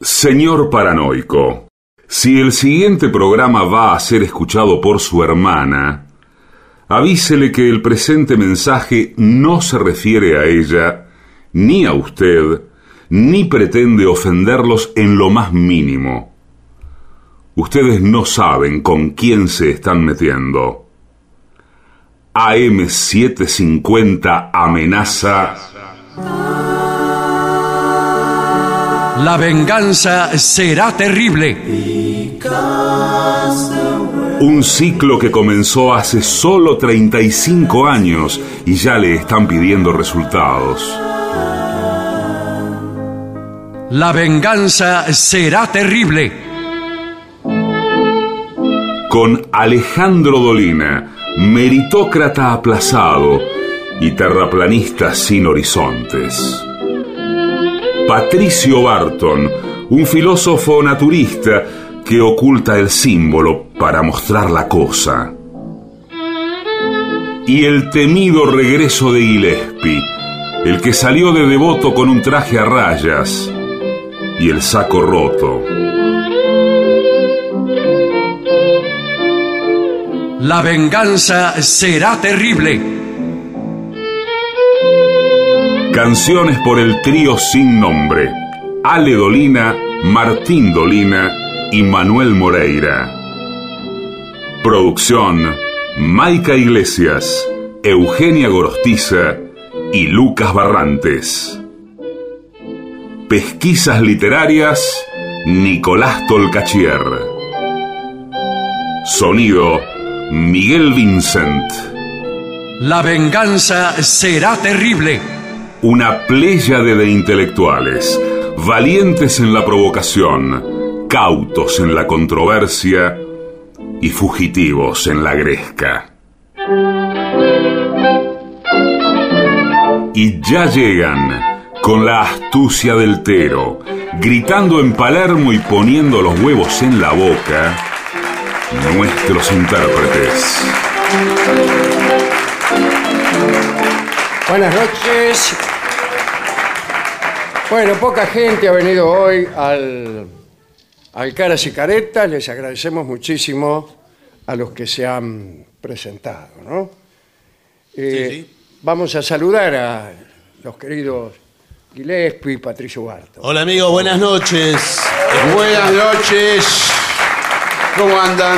Señor paranoico, si el siguiente programa va a ser escuchado por su hermana, avísele que el presente mensaje no se refiere a ella, ni a usted, ni pretende ofenderlos en lo más mínimo. Ustedes no saben con quién se están metiendo. AM750 amenaza. La venganza será terrible. Un ciclo que comenzó hace solo 35 años y ya le están pidiendo resultados. La venganza será terrible. Con Alejandro Dolina, meritócrata aplazado y terraplanista sin horizontes. Patricio Barton, un filósofo naturista que oculta el símbolo para mostrar la cosa. Y el temido regreso de Gillespie, el que salió de devoto con un traje a rayas y el saco roto. La venganza será terrible. Canciones por el trío sin nombre: Ale Dolina, Martín Dolina y Manuel Moreira. Producción: Maica Iglesias, Eugenia Gorostiza y Lucas Barrantes. Pesquisas literarias: Nicolás Tolcachier. Sonido: Miguel Vincent. La venganza será terrible. Una pléyade de intelectuales, valientes en la provocación, cautos en la controversia y fugitivos en la gresca. Y ya llegan, con la astucia del Tero, gritando en Palermo y poniendo los huevos en la boca, nuestros intérpretes. Buenas noches. Bueno, poca gente ha venido hoy al Caras y Caretas. Les agradecemos muchísimo a los que se han presentado, ¿no? Sí. Vamos a saludar a los queridos Gillespie y Patricio Barton. Hola amigos, buenas noches. Buenas noches. ¿Cómo andan?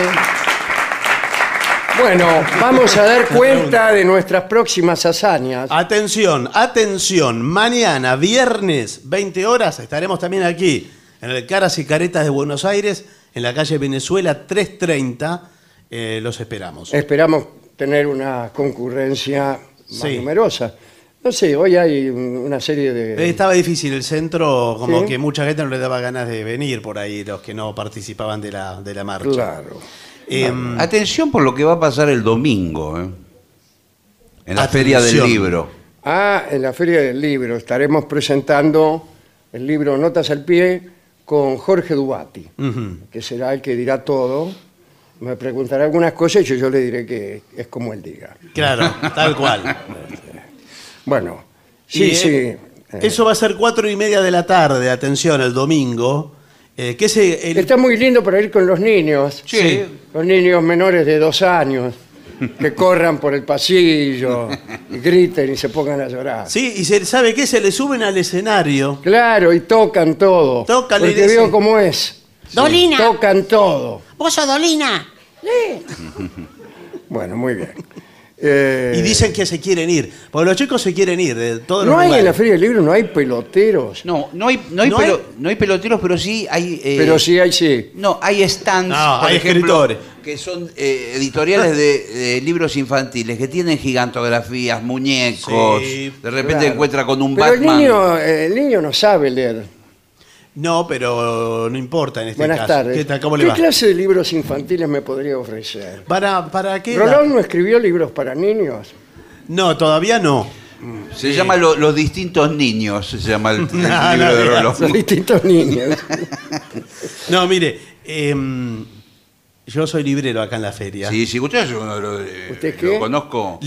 Bueno, vamos a dar cuenta de nuestras próximas hazañas. Atención, atención. Mañana, viernes, 20 horas, estaremos también aquí, en el Caras y Caretas de Buenos Aires, en la calle Venezuela 330. Los esperamos. Esperamos tener una concurrencia más numerosa. No sé, hoy hay una serie de... Estaba difícil el centro, como ¿Sí? que mucha gente no le daba ganas de venir por ahí, los que no participaban de la marcha. Claro. Atención por lo que va a pasar el domingo, en la Feria del Libro. En la Feria del Libro estaremos presentando el libro Notas al Pie con Jorge Dubati, que será el que dirá todo. Me preguntará algunas cosas y yo le diré que es como él diga. Claro, tal cual. Bueno, sí. Eso va a ser 4:30 de la tarde, atención, el domingo. Está muy lindo para ir con los niños. Sí. Los niños menores de 2 años que corran por el pasillo y griten y se pongan a llorar. Sí, y ¿sabe qué? Se le suben al escenario. Claro, y tocan todo. Tocan y porque dicen- veo cómo es. Dolina, Tocan todo. vos sos Dolina. Bueno, muy bien. Y dicen que se quieren ir. Porque los chicos se quieren ir de todos los ¿No hay lugares. en la Feria del Libro, no hay peloteros? No hay ¿No hay? peloteros, pero sí hay... Pero sí hay, sí. No, hay stands, No, por hay ejemplo, escritores. que son editoriales de libros infantiles, que tienen gigantografías, muñecos, Sí, de repente Claro. encuentra con un Pero Batman. el niño no sabe leer. No, pero no importa en este Buenas caso. tardes. ¿Qué tal? ¿Cómo le ¿Qué va? clase de libros infantiles me podría ofrecer? ¿Para qué? ¿Rolón no escribió libros para niños? No, todavía no. Se llama Los Distintos Niños, se llama el libro No, de no, Rolón. Los distintos niños. No, mire, yo soy librero acá en la feria. Sí, usted ¿Usted qué? lo conozco.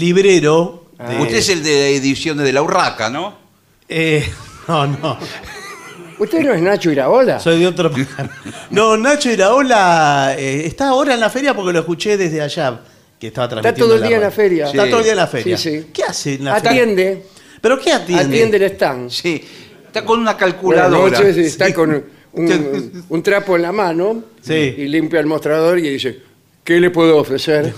Librero. Usted es el de ediciones de La Urraca, ¿no? No. ¿Usted no es Nacho Iraola? Soy de otro... No, Nacho Iraola está ahora en la feria porque lo escuché desde allá, que estaba Está transmitiendo todo el día en la radio. feria. Está todo el día en la feria. Sí, sí. ¿Qué hace en la feria? Atiende. ¿Pero qué atiende? Atiende el stand. Sí, está con una Buenas calculadora. noches, está con un trapo en la mano Sí. y limpia el mostrador y dice, ¿qué le puedo ofrecer?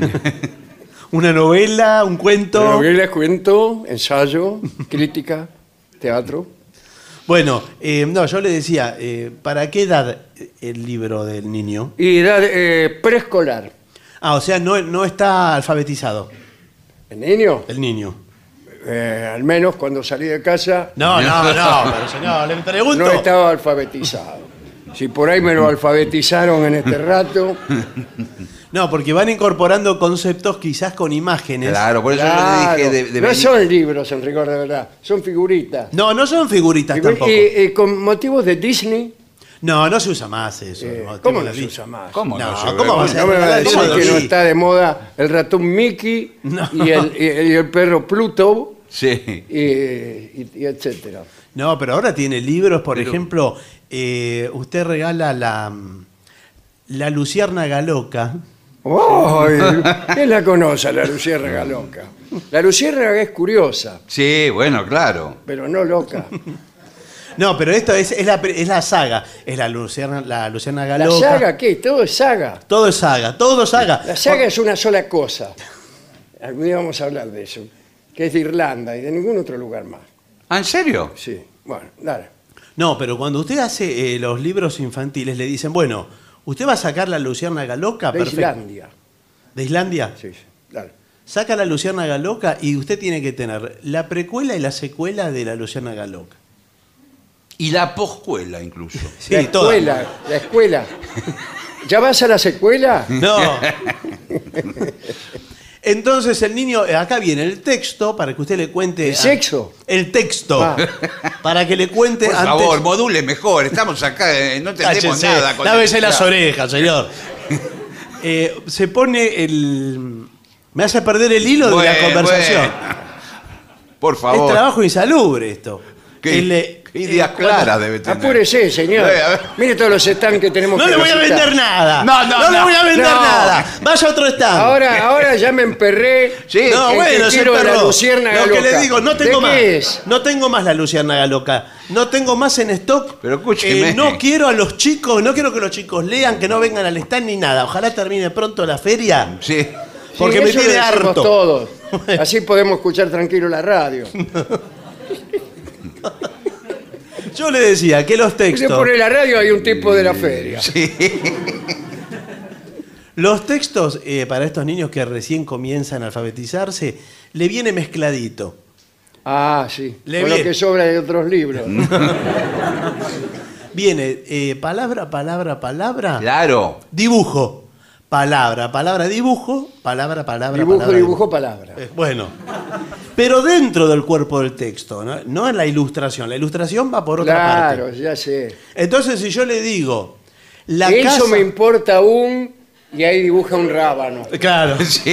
Una novela, un cuento. Novela, cuento, ensayo, crítica, teatro. Bueno, no, yo le decía, ¿para qué edad el libro del niño? Y edad preescolar. Ah, o sea, no está alfabetizado ¿El niño? el niño. Al menos cuando salí de casa No, pero señor, le pregunto. no estaba alfabetizado. Si por ahí me lo alfabetizaron en este rato, No, porque van incorporando conceptos quizás con imágenes. Claro, por eso claro, yo le dije de no venir. son libros en rigor de verdad, son figuritas. No son figuritas tampoco. Y con motivos de Disney, No se usa más eso. ¿cómo no se usa más? ¿Cómo no? No, ¿cómo va a ser? No me va a decir ¿Cómo que no sí? está de moda el ratón Mickey No. y el perro Pluto Sí. y etcétera. No, pero ahora tiene libros, por ejemplo, usted regala la Luciérnaga Loca. ¡Ay! ¿Quién la conoce, la luciérnaga loca? La luciérnaga es curiosa, Sí, bueno, claro. pero no loca. No, pero esto es la saga. Es la Luciérnaga ¿La Loca. saga qué? Todo es saga. Todo es saga, todo es saga. La saga es una sola cosa. Algún día vamos a hablar de eso. Que es de Irlanda y de ningún otro lugar más. ¿Ah, en serio? Sí, bueno, dale. No, pero cuando usted hace los libros infantiles, le dicen, bueno, usted va a sacar la Luciérnaga Loca. De Perfecto. Islandia. ¿De Islandia? Sí, sí, dale. Saca la Luciérnaga Loca y usted tiene que tener la precuela y la secuela de la Luciérnaga Loca. Y la poscuela incluso. Sí, la toda. escuela, la escuela. ¿Ya vas a la secuela? No. Entonces el niño, acá viene el texto para que usted le cuente. ¿El sexo? El texto. Ah. Para que le cuente Por antes. favor, module mejor. Estamos acá, no entendemos Cállese, nada. con lávese el- las orejas, señor. Se pone el. Me hace perder el hilo de la Bueno, conversación. bueno. Por Es favor. trabajo insalubre esto. Qué ideas claras debe tener. Apúrese, señor. A ver. Mire todos los stands que tenemos No que le voy a visitar. vender nada. No, le voy a vender no. nada. Vaya a otro stand. Ahora ya me emperré. Sí. No, en bueno, que se quiero la perró. luciérnaga Lo que loca. le digo, no tengo ¿De más. qué es? No tengo más la Luciérnaga Loca. No tengo más en stock. Pero escúcheme. No quiero a los chicos, no quiero que los chicos lean, que no vengan al stand ni nada. Ojalá termine pronto la feria. Sí. Porque Sí, me eso tiene lo decimos harto. todos. Así podemos escuchar tranquilo la radio. Yo le decía que los Se textos. pone la radio, hay un tipo de la feria. Los textos para estos niños que recién comienzan a alfabetizarse, le viene mezcladito. Ah, sí. Le Con lo viene. que sobra de otros libros. Viene palabra, Claro. dibujo. Palabra, dibujo, palabra, Dibujo, palabra, dibujo, palabra. Bueno, pero dentro del cuerpo del texto, no en la ilustración. La ilustración va por otra Claro, parte. ya sé. Entonces, si yo le digo, la Eso casa... me importa aún y ahí dibuja un rábano. Claro, Sí.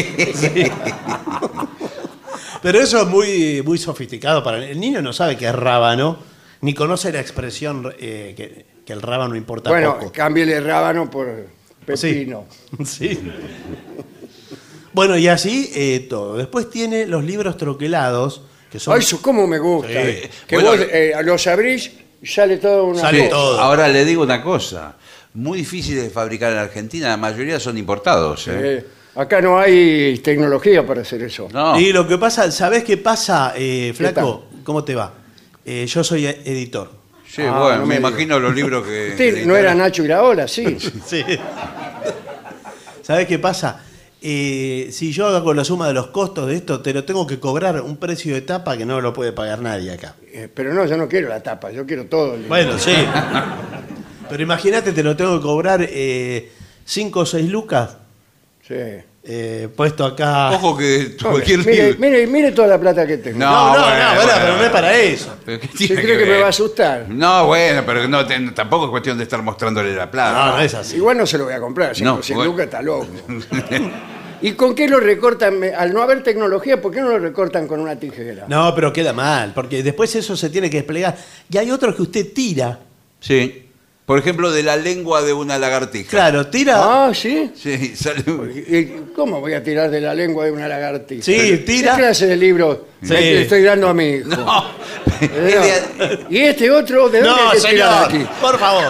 pero eso es muy sofisticado para el niño. No sabe qué es rábano, ni conoce la expresión que el rábano importa Bueno, poco. cámbiale rábano por pepino. Sí. Bueno, y así todo. Después tiene los libros troquelados, que son... Ay, eso cómo me gusta. Sí. Que Bueno, vos los abrís y sale todo una Sale cosa. todo. Ahora le digo una cosa. Muy difícil de fabricar en Argentina. La mayoría son importados. Acá no hay tecnología para hacer eso. No. Y lo que pasa, ¿sabés qué pasa, Flaco? ¿Cómo te va? Yo soy editor. Sí, Ah, bueno, no me me diga. imagino los libros que... Usted no era Nacho Iraola, sí. Sí. ¿Sabés qué pasa? Si yo hago la suma de los costos de esto, te lo tengo que cobrar un precio de tapa que no lo puede pagar nadie acá. Pero no, yo no quiero la tapa, yo quiero todo. el libro. Bueno, sí. Pero imagínate, te lo tengo que cobrar 5 o 6 lucas Sí. puesto acá. Ojo que cualquier Mire, libro... mire toda la plata que tengo. No, No, bueno, pero no es para eso. ¿Pero qué ¿Usted tiene cree que me ver? va a asustar? No, bueno, pero no, tampoco es cuestión de estar mostrándole la plata. No es así. Igual no se lo voy a comprar, No, 100 bueno. lucas está loco. ¿Y con qué lo recortan? Al no haber tecnología, ¿por qué no lo recortan con una tijera? No, pero queda mal, porque después eso se tiene que desplegar. Y hay otros que usted tira. Sí. Por ejemplo, de la lengua de una lagartija. Claro, tira. Ah, ¿sí? Sí, sale... ¿Y cómo voy a tirar de la lengua de una lagartija? Sí, tira. ¿Qué clase de libro Sí. le estoy dando a mi hijo? No. ¿Y este otro? ¿De dónde No, hay que tirar señor, aquí? por favor.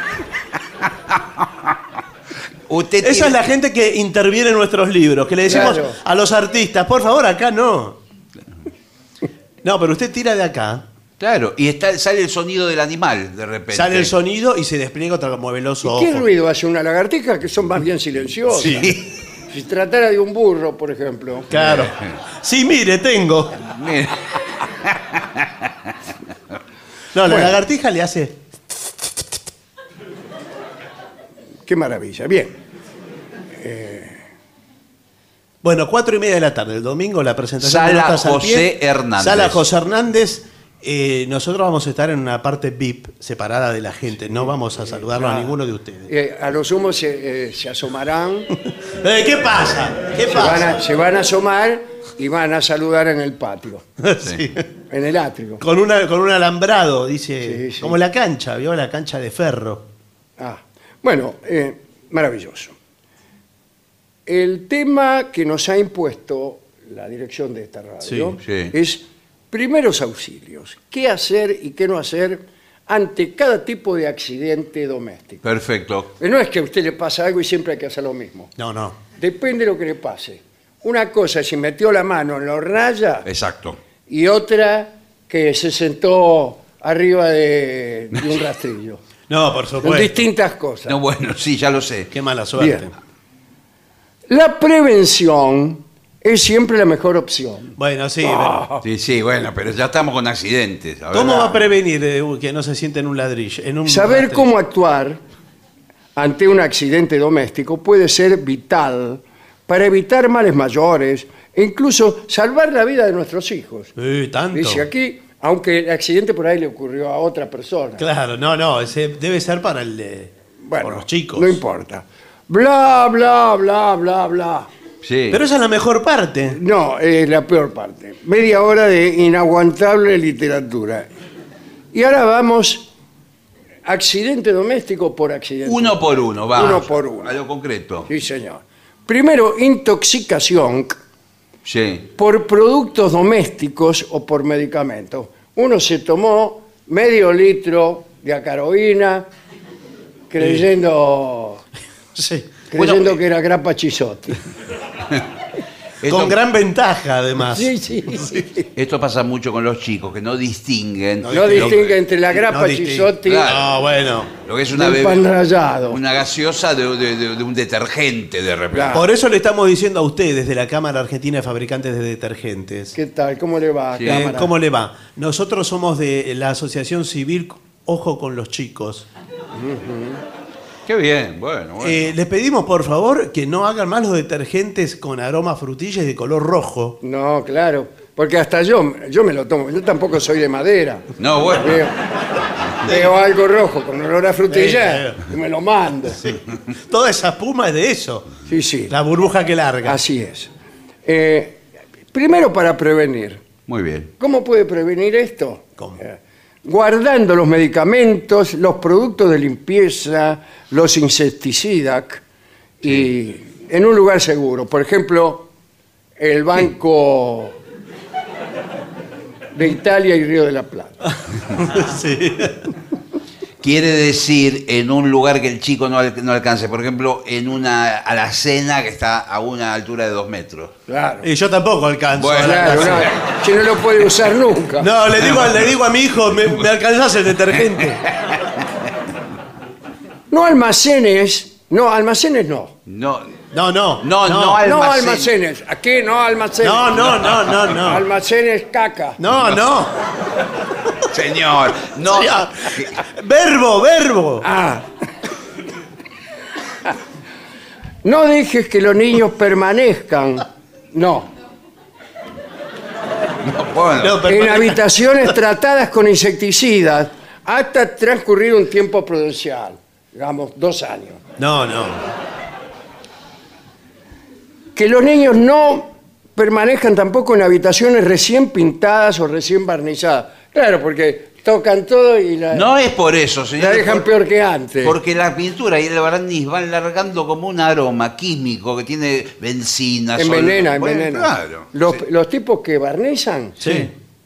Usted Esa es la gente que interviene en nuestros libros, que le decimos Claro. a los artistas, por favor, acá no. No, pero usted tira de acá, Claro, y sale el sonido del animal de repente. sale el sonido y se despliega otra mueve los ojos. ¿Qué ruido hace una lagartija? Que son más bien silenciosas. Sí. Si tratara de un burro, por ejemplo. Claro. Sí, mire, tengo. Mira, No, la Bueno. lagartija le hace. Qué maravilla. Bien. Bueno, 4:30 de la tarde, el domingo, la presentación de Sala Notas al José Pie. Hernández. Sala José Hernández. Nosotros vamos a estar en una parte VIP separada de la gente. No vamos a saludarlo a ninguno de ustedes. A lo sumo se asomarán, ¿Qué pasa? ¿Qué pasa? se van a asomar y van a saludar en el patio, Sí. en el atrio. Con un alambrado, dice. Sí, sí. Como la cancha, ¿vio? La cancha de ferro. Ah, bueno, maravilloso. El tema que nos ha impuesto la dirección de esta radio Sí, sí. es primeros auxilios. ¿Qué hacer y qué no hacer ante cada tipo de accidente doméstico? perfecto. No es que a usted le pasa algo y siempre hay que hacer lo mismo. No, no. Depende de lo que le pase. Una cosa es si metió la mano en la hornalla Exacto. y otra que se sentó arriba de un rastrillo. No, por Son supuesto. distintas cosas. No, bueno, sí, ya lo sé. Qué mala suerte. Bien. La prevención es siempre la mejor opción. Bueno, sí. Sí, sí, bueno, pero ya estamos con accidentes. A ver. ¿Cómo va a prevenir que no se siente en un ladrillo? En un Saber rastrillo? cómo actuar ante un accidente doméstico puede ser vital para evitar males mayores e incluso salvar la vida de nuestros hijos. Tanto. Dice aquí, aunque el accidente por ahí le ocurrió a otra persona. Claro, no, ese debe ser para Bueno, por los chicos. no importa. Bla, bla, bla, bla, bla. Sí. Pero esa es la mejor parte. No, es la peor parte. Media hora de inaguantable literatura. Y ahora vamos, accidente doméstico por accidente. Uno por uno, va. Uno por uno. A lo concreto. Sí, señor. Primero, intoxicación Sí. por productos domésticos o por medicamentos. Uno se tomó medio litro de acaroína creyendo Sí. Bueno, que era grappa chisotti. Esto, Con gran ventaja, además. Sí, sí. esto pasa mucho con los chicos, que no distinguen. No distingue entre la grappa No distingue. chisotti Claro. No, bueno. Lo que es una del pan rallado. una gaseosa de un detergente de repente. Claro. Por eso le estamos diciendo a ustedes de la Cámara Argentina de Fabricantes de Detergentes. ¿Qué tal? ¿Cómo le va, Sí. cámara? ¿Cómo le va? Nosotros somos de la Asociación Civil Ojo con los Chicos. Qué bien, bueno. Les pedimos, por favor, que no hagan más los detergentes con aroma a frutillas de color rojo. No, claro. Porque hasta yo me lo tomo. Yo tampoco soy de madera. No, bueno. Veo algo rojo con olor a frutilla y me lo mando. Toda esa espuma es de eso. Sí, sí. La burbuja que larga. Así es. Primero para prevenir. Muy bien. ¿Cómo puede prevenir esto? ¿Cómo? Guardando los medicamentos, los productos de limpieza, los insecticidas y en un lugar seguro. Por ejemplo, el Banco de Italia y Río de la Plata. Sí. Quiere decir en un lugar que el chico no alcance. Por ejemplo, en una alacena que está a una altura de 2 metros. Claro. Y yo tampoco alcanzo. Bueno, Claro, no, si no lo puede usar nunca. No, le digo a mi hijo, me alcanzás el detergente. No almacenes. No, almacenes no. No, No, no. No, no, No Almacén. almacenes. Aquí no almacenes. No. Almacenes caca. No. señor. No. Señor. Verbo. Ah. No dejes que los niños permanezcan. No. Bueno, No, En habitaciones tratadas con insecticidas hasta transcurrir un tiempo prudencial. Digamos, 2 años. No. Que los niños no permanezcan tampoco en habitaciones recién pintadas o recién barnizadas. Claro, porque tocan todo y No es por eso, señor. la dejan peor que antes. Porque la pintura y el barniz van largando como un aroma químico que tiene benzina. Envenena, Bueno, envenena. claro. Los tipos que barnizan, Sí.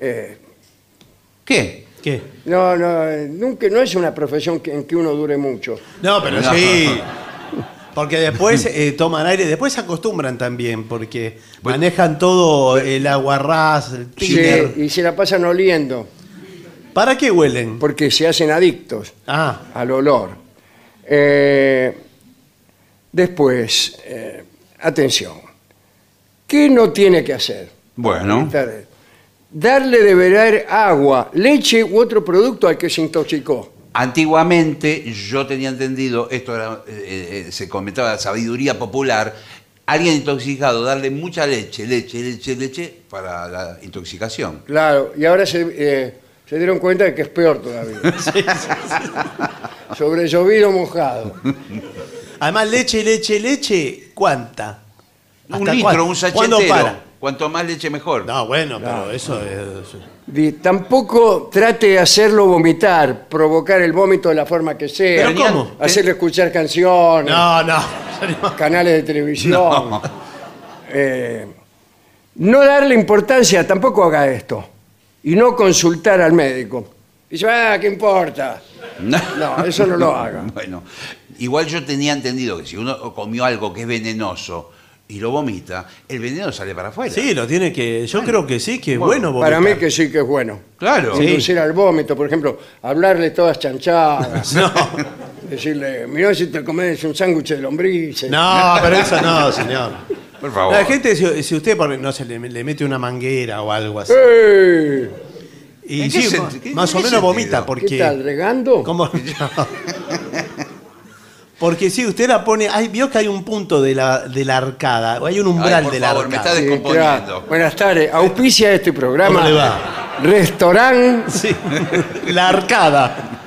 ¿Qué? ¿Qué? nunca, no es una profesión en que uno dure mucho. No, pero No. sí. Porque después toman aire, después se acostumbran también, porque manejan todo el aguarrás, el thinner. Sí, y se la pasan oliendo, ¿Para qué huelen? porque se hacen adictos Ah, al olor. Después, atención, ¿qué no tiene que hacer? Bueno. Darle de beber agua, leche u otro producto al que se intoxicó. Antiguamente, yo tenía entendido, esto era, se comentaba sabiduría popular, alguien intoxicado, darle mucha leche para la intoxicación. Claro, y ahora se dieron cuenta de que es peor todavía. Sobre llovido mojado. además leche, ¿cuánta? Un ¿Hasta litro, cuándo? un sachet ¿Cuándo entero. para? Cuanto más leche, mejor. No, bueno, pero eso es... Tampoco trate de hacerlo vomitar, provocar el vómito de la forma que sea. ¿Pero cómo? Hacerle escuchar canciones, No. canales de televisión. No darle importancia, tampoco haga esto. Y no consultar al médico. Dice, ¿qué importa? No, eso no lo haga. Bueno, igual yo tenía entendido que si uno comió algo que es venenoso y lo vomita, el veneno sale para afuera. Sí, lo tiene que... Yo creo que sí, que es bueno vomitar. Para mí que sí que es bueno. Claro. Sí. Inducir al vómito, por ejemplo, hablarle todas chanchadas. No, Decirle, mirá si te comes un sándwich de lombrices. no, pero eso no, señor. Por favor. La gente, si usted no se le mete una manguera o algo así. ¡Eh! Y ¿En qué sí, sentido? más ¿En o qué menos sentido? vomita porque... ¿Qué tal, regando? ¿Cómo? Porque si usted la pone... vio que hay un punto de la arcada, o hay un umbral Ay, por de la favor, me arcada. está Sí, descomponiendo. claro. Buenas tardes. Auspicia este programa. ¿Cómo le va? Restaurante. Sí, la arcada.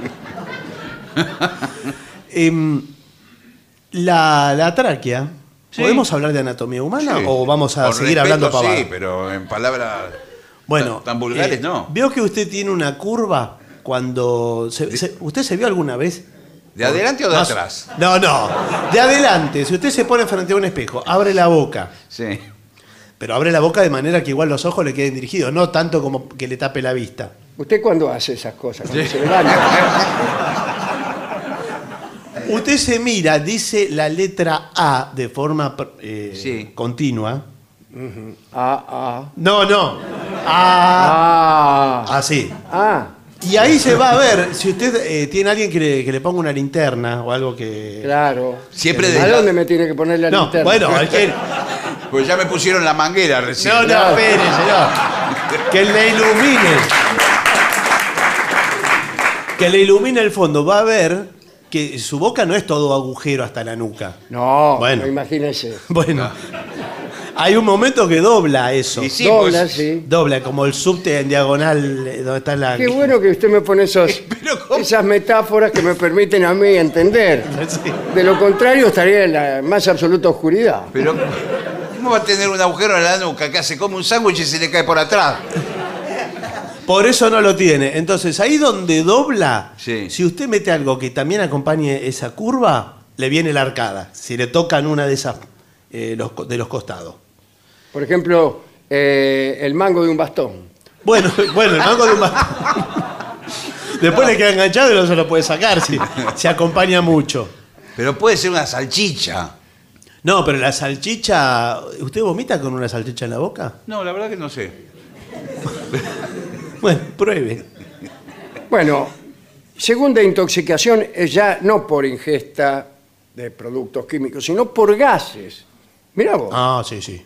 La tráquea. Sí. ¿Podemos hablar de anatomía humana Sí. o vamos a Con seguir respeto, hablando pavada? Sí, pero en palabras Bueno, tan vulgares no. ¿Vio que usted tiene una curva cuando... ¿Usted se vio alguna vez? ¿De adelante o de Más- atrás? No. De adelante. Si usted se pone frente a un espejo, abre la boca. Sí. Pero abre la boca de manera que igual los ojos le queden dirigidos, no tanto como que le tape la vista. ¿Usted cuándo hace esas cosas? Cuando se levanta. Usted se mira, dice la letra A de forma Sí. continua. Ah. No. A. Ah. Así. Ah. Y ahí se va a ver si usted tiene alguien que le ponga una linterna o algo que... Claro. Siempre de ¿A la- dónde me tiene que poner la No, linterna? bueno, hay que... Pues ya me pusieron la manguera recién. No, espere, señor. Que le ilumine. Que le ilumine el fondo. Va a ver que su boca no es todo agujero hasta la nuca. No, Bueno. imagínese. Bueno, hay un momento que dobla eso. Y sí, Dobla, pues, sí. Dobla como el subte en diagonal donde está la... Qué bueno que usted me pone esas metáforas que me permiten a mí entender. Sí. De lo contrario, estaría en la más absoluta oscuridad. Pero, ¿cómo va a tener un agujero en la nuca? Que se come un sándwich y se le cae por atrás. Por eso no lo tiene. Entonces, ahí donde dobla, Sí. si usted mete algo que también acompañe esa curva, le viene la arcada. Si le tocan una de esas de los costados. Por ejemplo, el mango de un bastón. Bueno, el mango de un bastón. Después le queda enganchado y no se lo puede sacar si se acompaña mucho. Pero puede ser una salchicha. No, pero la salchicha... ¿Usted vomita con una salchicha en la boca? No, la verdad que no sé. Bueno, pruebe. Bueno, segunda intoxicación es ya no por ingesta de productos químicos, sino por gases. Mirá vos. Ah, sí. Sí.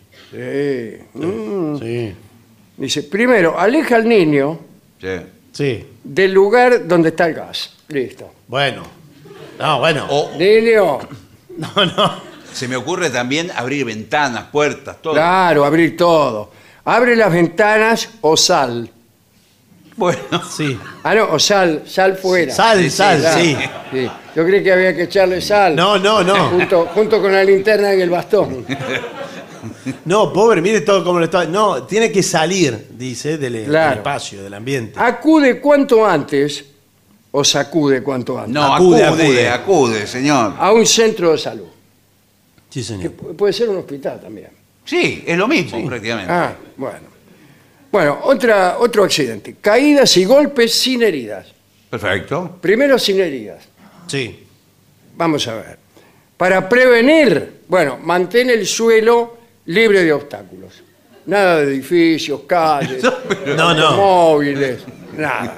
Sí. Dice, primero, aleja al niño Sí. del lugar donde está el gas. Listo. Bueno. No, bueno. O Niño, No. se me ocurre también abrir ventanas, puertas, todo. claro, abrir todo. Abre las ventanas o sal. Bueno, Sí. Ah, no, o sal fuera. Sal, Claro, sí. sí. Yo creí que había que echarle sal. No. Junto con la linterna en el bastón. No, pobre, mire todo cómo lo está. No, tiene que salir, dice, del Claro. espacio, del ambiente. Acude cuanto antes, o sacude cuanto antes, No, Acude, acude, señor. a un centro de salud. Sí, Que señor. puede ser un hospital también. Sí, es lo mismo prácticamente. Ah, bueno. Bueno, otro accidente. Caídas y golpes sin heridas. Perfecto. Primero sin heridas. Sí. Vamos a ver. Para prevenir, bueno, mantén el suelo libre de obstáculos. Nada de edificios, calles, No, no. móviles, nada.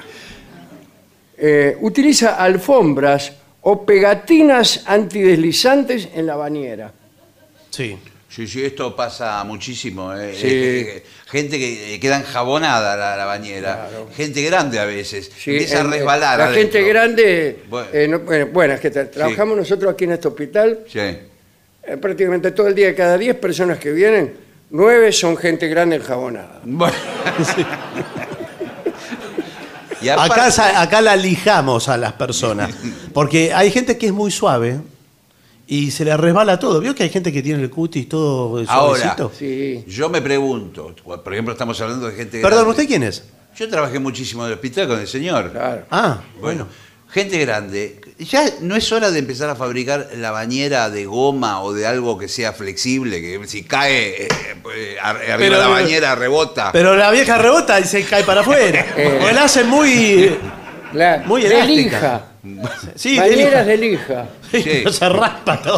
Utiliza alfombras o pegatinas antideslizantes en la bañera. Sí. Sí, esto pasa muchísimo. Sí. Gente que queda enjabonada la bañera. Claro. Gente grande a veces. Sí, Empieza a resbalar. La adentro. gente grande, Bueno. bueno, es que trabajamos nosotros aquí en este hospital, Sí. prácticamente todo el día, cada 10 personas que vienen, 9 son gente grande enjabonada. Bueno. Y aparte- Acá la lijamos a las personas. Porque hay gente que es muy suave y se le resbala todo. ¿Vio que hay gente que tiene el cutis todo Ahora, suavecito? Sí. yo me pregunto, por ejemplo, estamos hablando de gente Perdón, grande. ¿usted quién es? Yo trabajé muchísimo en el hospital con el señor. Claro. Ah, Bueno, gente grande. ¿Ya no es hora de empezar a fabricar la bañera de goma o de algo que sea flexible? Que si cae arriba Pero- de la bañera rebota. Pero la vieja rebota y se cae para afuera. O la hace muy... Muy de elástica. lija. Sí, Bañeras de de lija. Sí. No se raspa todo.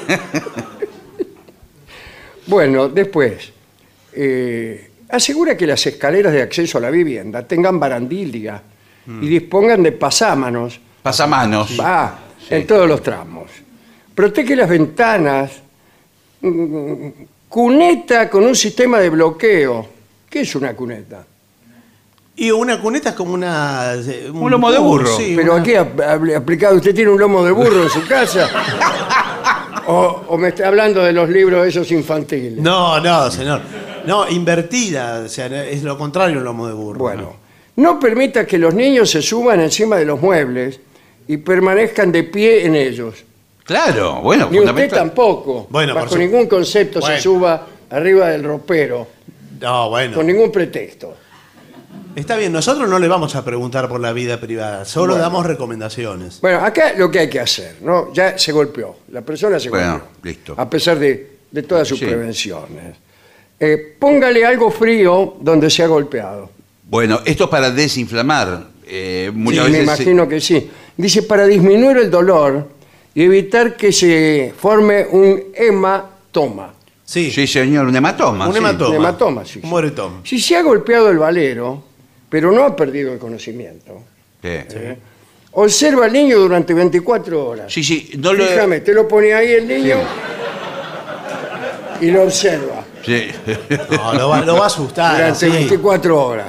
Bueno, después, asegura que las escaleras de acceso a la vivienda tengan barandilla y dispongan de pasámanos Pasamanos. en todos los tramos. Protege las ventanas, cuneta con un sistema de bloqueo. ¿Qué es una cuneta? Y una cuneta es como un lomo de burro. Sí, Pero una- aquí aplicado, ¿usted tiene un lomo de burro en su casa? ¿O me está hablando de los libros esos infantiles? No, señor. No, invertida. O sea, es lo contrario un lomo de burro. Bueno, no permita que los niños se suban encima de los muebles y permanezcan de pie en ellos. Claro, bueno, Ni usted fundamental. tampoco. Bueno, por bajo su- ningún concepto Bueno. se suba arriba del ropero, No, bueno. con ningún pretexto. Está bien, nosotros no le vamos a preguntar por la vida privada, solo Bueno. damos recomendaciones. Bueno, acá lo que hay que hacer, ¿no? Ya se golpeó, la persona se Bueno, golpeó. listo. A pesar de todas sus Sí. prevenciones. Póngale algo frío donde se ha golpeado. Bueno, esto es para desinflamar. Muchas Sí, me veces imagino que sí. Dice, para disminuir el dolor y evitar que se forme un hematoma. Sí, Sí, señor, un hematoma. un sí. hematoma. Un hematoma, sí. Un moretón. Si se ha golpeado el valero, pero no ha perdido el conocimiento, Sí. observa al niño durante 24 horas. Sí, no lo... Fíjame, te lo pone ahí el niño y lo observa Sí. No, lo va a asustar. durante así. 24 horas.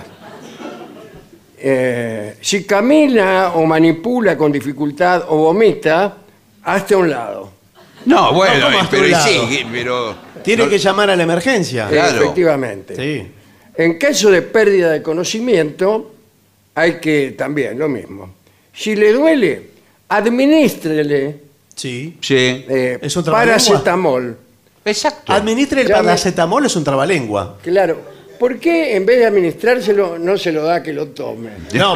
Si camina o manipula con dificultad o vomita, hazte a un lado. No, bueno, No, ¿cómo hasta pero un lado? sí, pero... Tiene no- que llamar a la emergencia. Claro. Efectivamente. Sí. En caso de pérdida de conocimiento, hay que también lo mismo. Si le duele, administrele Sí. Sí, ¿Es un trabalengua? paracetamol. exacto. Administre el Llame- paracetamol, es un trabalengua. Claro. ¿Por qué en vez de administrárselo no se lo da que lo tome? No.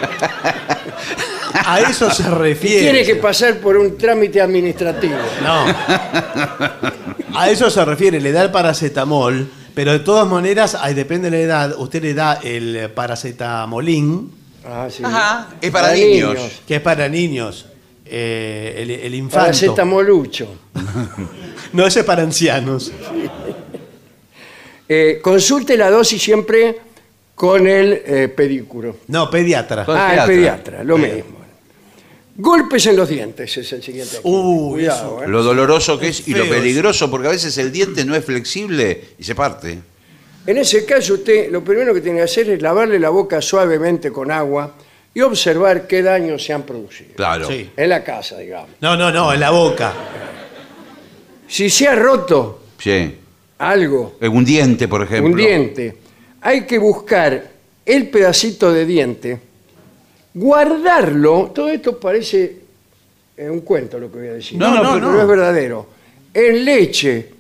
A eso se refiere. Tiene que pasar por un trámite administrativo. No. A eso se refiere, le da el paracetamol, pero de todas maneras, ahí depende de la edad, usted le da el paracetamolín, Ah, sí. Ajá, es para niños. que es para niños, el infanto. Paracetamolucho. No, ese es para ancianos. Consulte la dosis siempre con el pedículo. No, pediatra. Con- Ah, el pediatra. pediatra, lo mismo. Golpes en los dientes es el siguiente. aquí. Cuidado, eso. Lo doloroso que es y lo feo peligroso, porque a veces el diente no es flexible y se parte. En ese caso, usted lo primero que tiene que hacer es lavarle la boca suavemente con agua y observar qué daños se han producido. Claro. Sí. En la casa, digamos. No, en la boca. Si se ha roto Sí. algo, Un diente, por ejemplo. un diente, hay que buscar el pedacito de diente, guardarlo. Todo esto parece un cuento lo que voy a decir. No, pero no es verdadero. En leche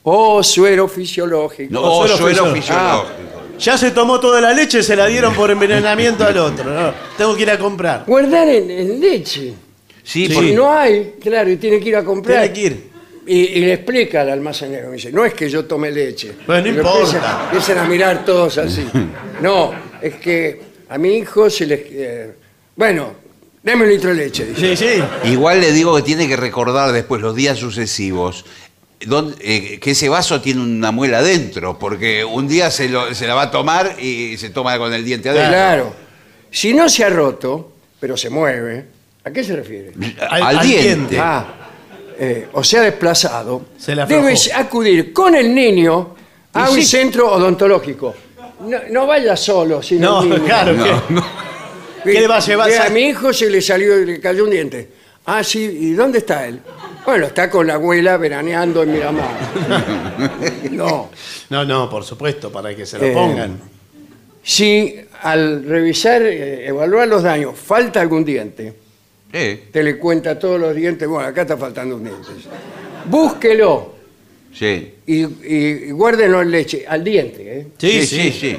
O suero fisiológico. No, suero suero fisiológico. fisiológico. Ya se tomó toda la leche, se la dieron por envenenamiento al otro. No, tengo que ir a comprar. Guardar en leche. Sí, Sí. porque- Si no hay, claro, y tiene que ir a comprar. Tiene que ir. Y le explica al almacenero, me dice, no es que yo tome leche. Bueno, no Pero importa. Empiezan a mirar todos así. No, es que a mi hijo se le... bueno, dame un litro de leche, dice. Sí, sí. Igual le digo que tiene que recordar después los días sucesivos que ese vaso tiene una muela adentro, porque un día se la va a tomar y se toma con el diente adentro. Claro. Si no se ha roto, pero se mueve, ¿a qué se refiere? Al diente. O sea desplazado, Se le aflojó. debes acudir con el niño a Y un sí. centro odontológico. No vaya solo, sino No, el niño. claro. ¿Qué le va a llevar? A mi hijo se le le cayó un diente. Ah, sí, ¿y dónde está él? Bueno, está con la abuela veraneando en Miramar. No. No, por supuesto, para que se lo Eh, pongan. Si al revisar, evaluar los daños, falta algún diente, te le cuenta todos los dientes, bueno, acá está faltando un diente. Búsquelo Sí. y guárdenlo en leche, al diente, ¿eh? Sí.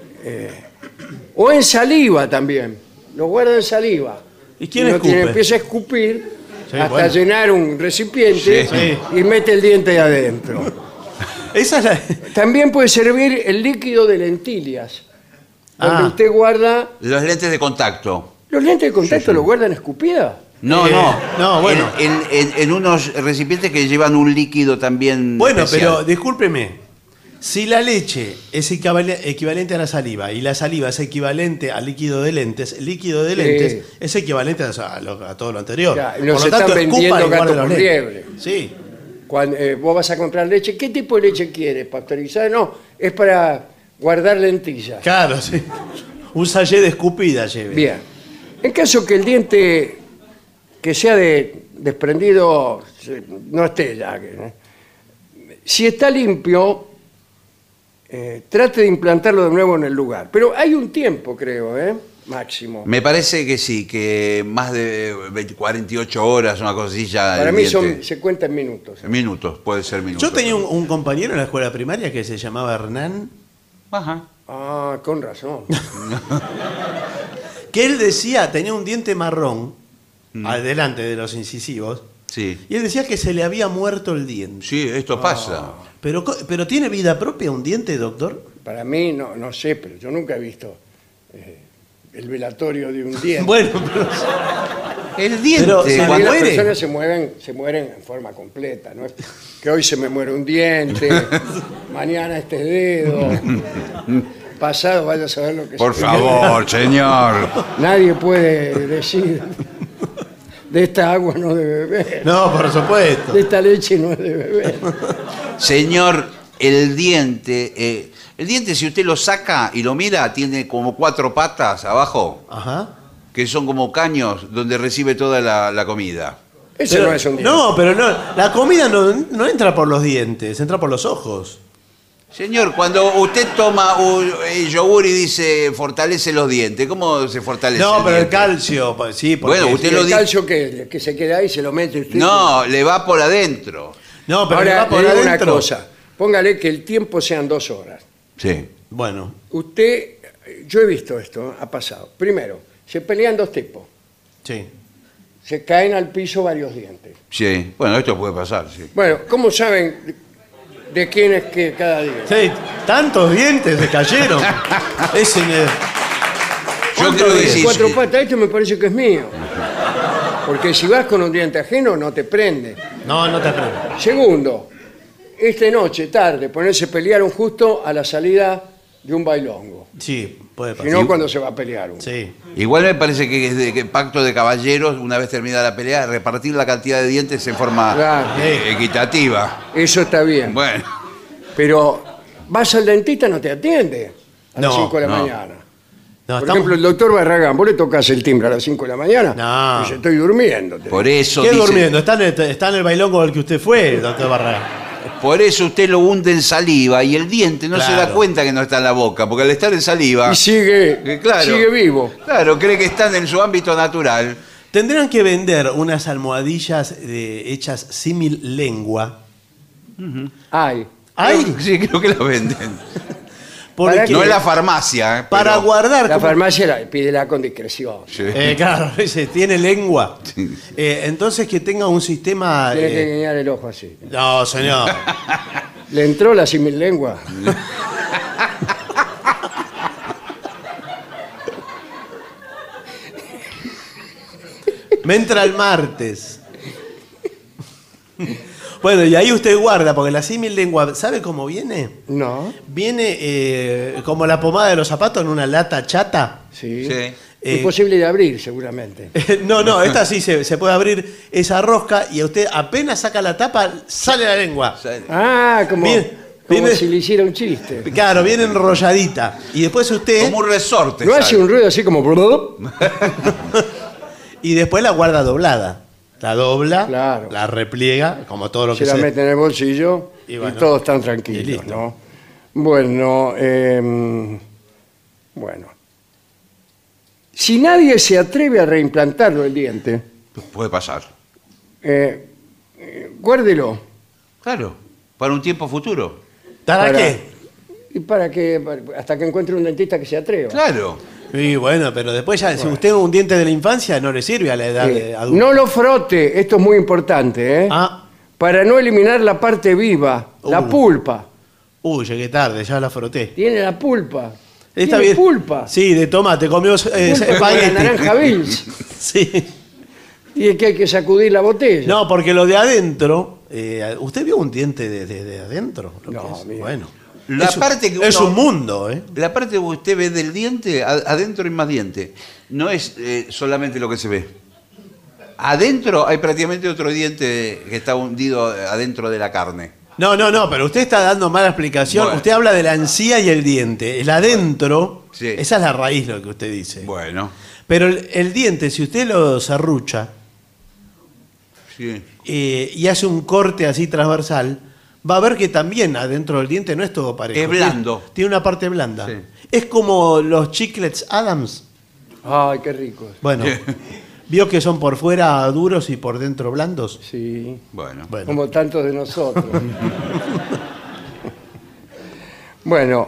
O en saliva también. Lo guarda en saliva. ¿Y quién no escupe? empieza a escupir Sí, hasta bueno. llenar un recipiente Sí. y mete el diente ahí adentro. Esa es la... También puede servir el líquido de lentillas, donde Ah. usted guarda... Los lentes de contacto. ¿Los lentes de contacto los guardan escupida? No, Eh, no. no, bueno. En unos recipientes que llevan un líquido también. Bueno, especial. pero discúlpeme. Si la leche es equivalente a la saliva y la saliva es equivalente al líquido de lentes, el líquido de Sí. lentes es equivalente a todo lo anterior. Ya, nos están vendiendo escupa y gato guarde por los liebre. lentes. Sí. Cuando vos vas a comprar leche, ¿qué tipo de leche quieres? ¿Pasteurizada? No, es para guardar lentillas. Claro, sí. Un sachet de escupida lleve. Bien. En caso que el diente que sea desprendido no esté ya, si está limpio, trate de implantarlo de nuevo en el lugar. Pero hay un tiempo, creo, máximo. Me parece que sí, que más de 48 horas, una cosa así ya. Para el mí diente- se cuenta en minutos. Minutos, puede ser minutos. Yo tenía un compañero en la escuela primaria que se llamaba Hernán, Ajá. Ah, con razón. que él decía, tenía un diente marrón, adelante de los incisivos, Sí. y él decía que se le había muerto el diente. Sí, esto pasa. Pero ¿tiene vida propia un diente, doctor? Para mí, no sé, pero yo nunca he visto el velatorio de un diente. Bueno, pero... El diente. Pero, También cuando las muere. personas se mueren en forma completa, ¿no? Es que hoy se me muere un diente, mañana este dedo, pasado vaya a saber lo que Por se- favor, señor. Nadie puede decir de esta agua no debe beber, No, por supuesto. de esta leche no debe beber. Señor, el diente, si usted lo saca y lo mira, tiene como 4 patas abajo, Ajá. que son como caños donde recibe toda la comida. Eso Pero- no es un diente. No, pero no, la comida no entra por los dientes, entra por los ojos. Señor, cuando usted toma un yogur y dice fortalece los dientes, ¿cómo se fortalece No, pero el diente? calcio, pues, sí, porque... Bueno, usted ¿Y lo el dice. calcio que se queda ahí se lo mete usted? No, le va por adentro. No, pero Ahora, va por le digo una adentro. cosa. Póngale que el tiempo sean 2 horas. Sí. Bueno, Usted, yo he visto esto, ha pasado. Primero, se pelean 2 tipos. sí. Se caen al piso varios dientes. Sí. Bueno, esto puede pasar, sí. Bueno, ¿cómo saben de quién es que cada día? Sí, tantos dientes se cayeron. Es Yo creo que sí. 4 sí. patas, este me parece que es mío. Porque si vas con un diente ajeno no te prende. No, no te aprendo. Segundo, esta noche, tarde, ponerse pelearon justo a la salida de un bailongo. Sí, puede Si pasar. no, cuando se va a pelear uno. Sí. Igual me parece que es de pacto de caballeros, una vez terminada la pelea, repartir la cantidad de dientes en forma Claro. equitativa. Eso está bien. Bueno, Pero vas al dentista, no te atiende a las No, 5 de la no. mañana. No, Por estamos- ejemplo, el doctor Barragán, vos le tocas el timbre a las 5 de la mañana No. y dice, estoy durmiendo. te por dice. eso ¿Qué dice- durmiendo? Está en el bailongo al que usted fue, doctor Barra. por eso usted lo hunde en saliva y el diente no se da Claro. cuenta que no está en la boca, porque al estar en saliva, Y sigue, claro. sigue vivo. claro, cree que están en su ámbito natural. Tendrían que vender unas almohadillas hechas símil lengua, Hay. ¿Hay? Sí, creo que la venden. Porque ¿Para qué? No en la farmacia, ¿eh? para pero- guardar... La como- farmacia pídela con discreción. Sí. Claro, dice, tiene lengua. Entonces que tenga un sistema... Tiene que guiñar el ojo así. No, señor. ¿Le entró la similengua? Me entra el martes. Bueno, y ahí usted guarda, porque la lengua, ¿sabe cómo viene? No. Viene como la pomada de los zapatos en una lata chata. Sí. Sí. Imposible de abrir, seguramente. No, esta sí se puede abrir esa rosca y usted apenas saca la tapa, sale la lengua. Ah, como, Bien, como viene- si le hiciera un chiste. Claro, viene enrolladita. Y después usted... Como un resorte. No sale. hace un ruido así como... Y después la guarda doblada. La dobla, Claro. la repliega, como todo lo Se que la se... mete en el bolsillo Y y, bueno, todos están y tranquilos, listo. ¿no? Bueno, bueno. Si nadie se atreve a reimplantarlo el diente, Puede pasar. guárdelo. Claro. Para un tiempo futuro. ¿Para Para- qué? ¿Y para qué? Hasta que encuentre un dentista que se atreva. Claro. Y bueno, pero después ya, si usted un diente de la infancia, no le sirve a la edad de adulto. No lo frote, esto es muy importante, ¿eh? Ah, Para no eliminar la parte viva, la pulpa. uy, llegué tarde, ya la froté. Tiene la pulpa. Está Tiene bien. pulpa. Sí, de tomate, comió Pulpa como la espagueti. naranja Bills. Sí. Y es que hay que sacudir la botella. No, porque lo de adentro, ¿usted vio un diente de adentro? Lo que No, es? mire. Bueno. La es, parte que es uno- un mundo, ¿eh? La parte que usted ve del diente, adentro hay más diente. No es solamente lo que se ve. Adentro hay prácticamente otro diente que está hundido adentro de la carne. No, pero usted está dando mala explicación. Bueno. Usted habla de la encía y el diente. El adentro, Sí. esa es la raíz lo que usted dice. Bueno. Pero el diente, si usted lo serrucha Sí. y hace un corte así transversal, va a ver que también adentro del diente no es todo parejo. Es blando. Tiene una parte blanda. Sí. Es como los chiclets Adams. Ay, qué rico. Bueno, vio que son por fuera duros y por dentro blandos. Sí. Bueno. Bueno, Como tantos de nosotros. Bueno,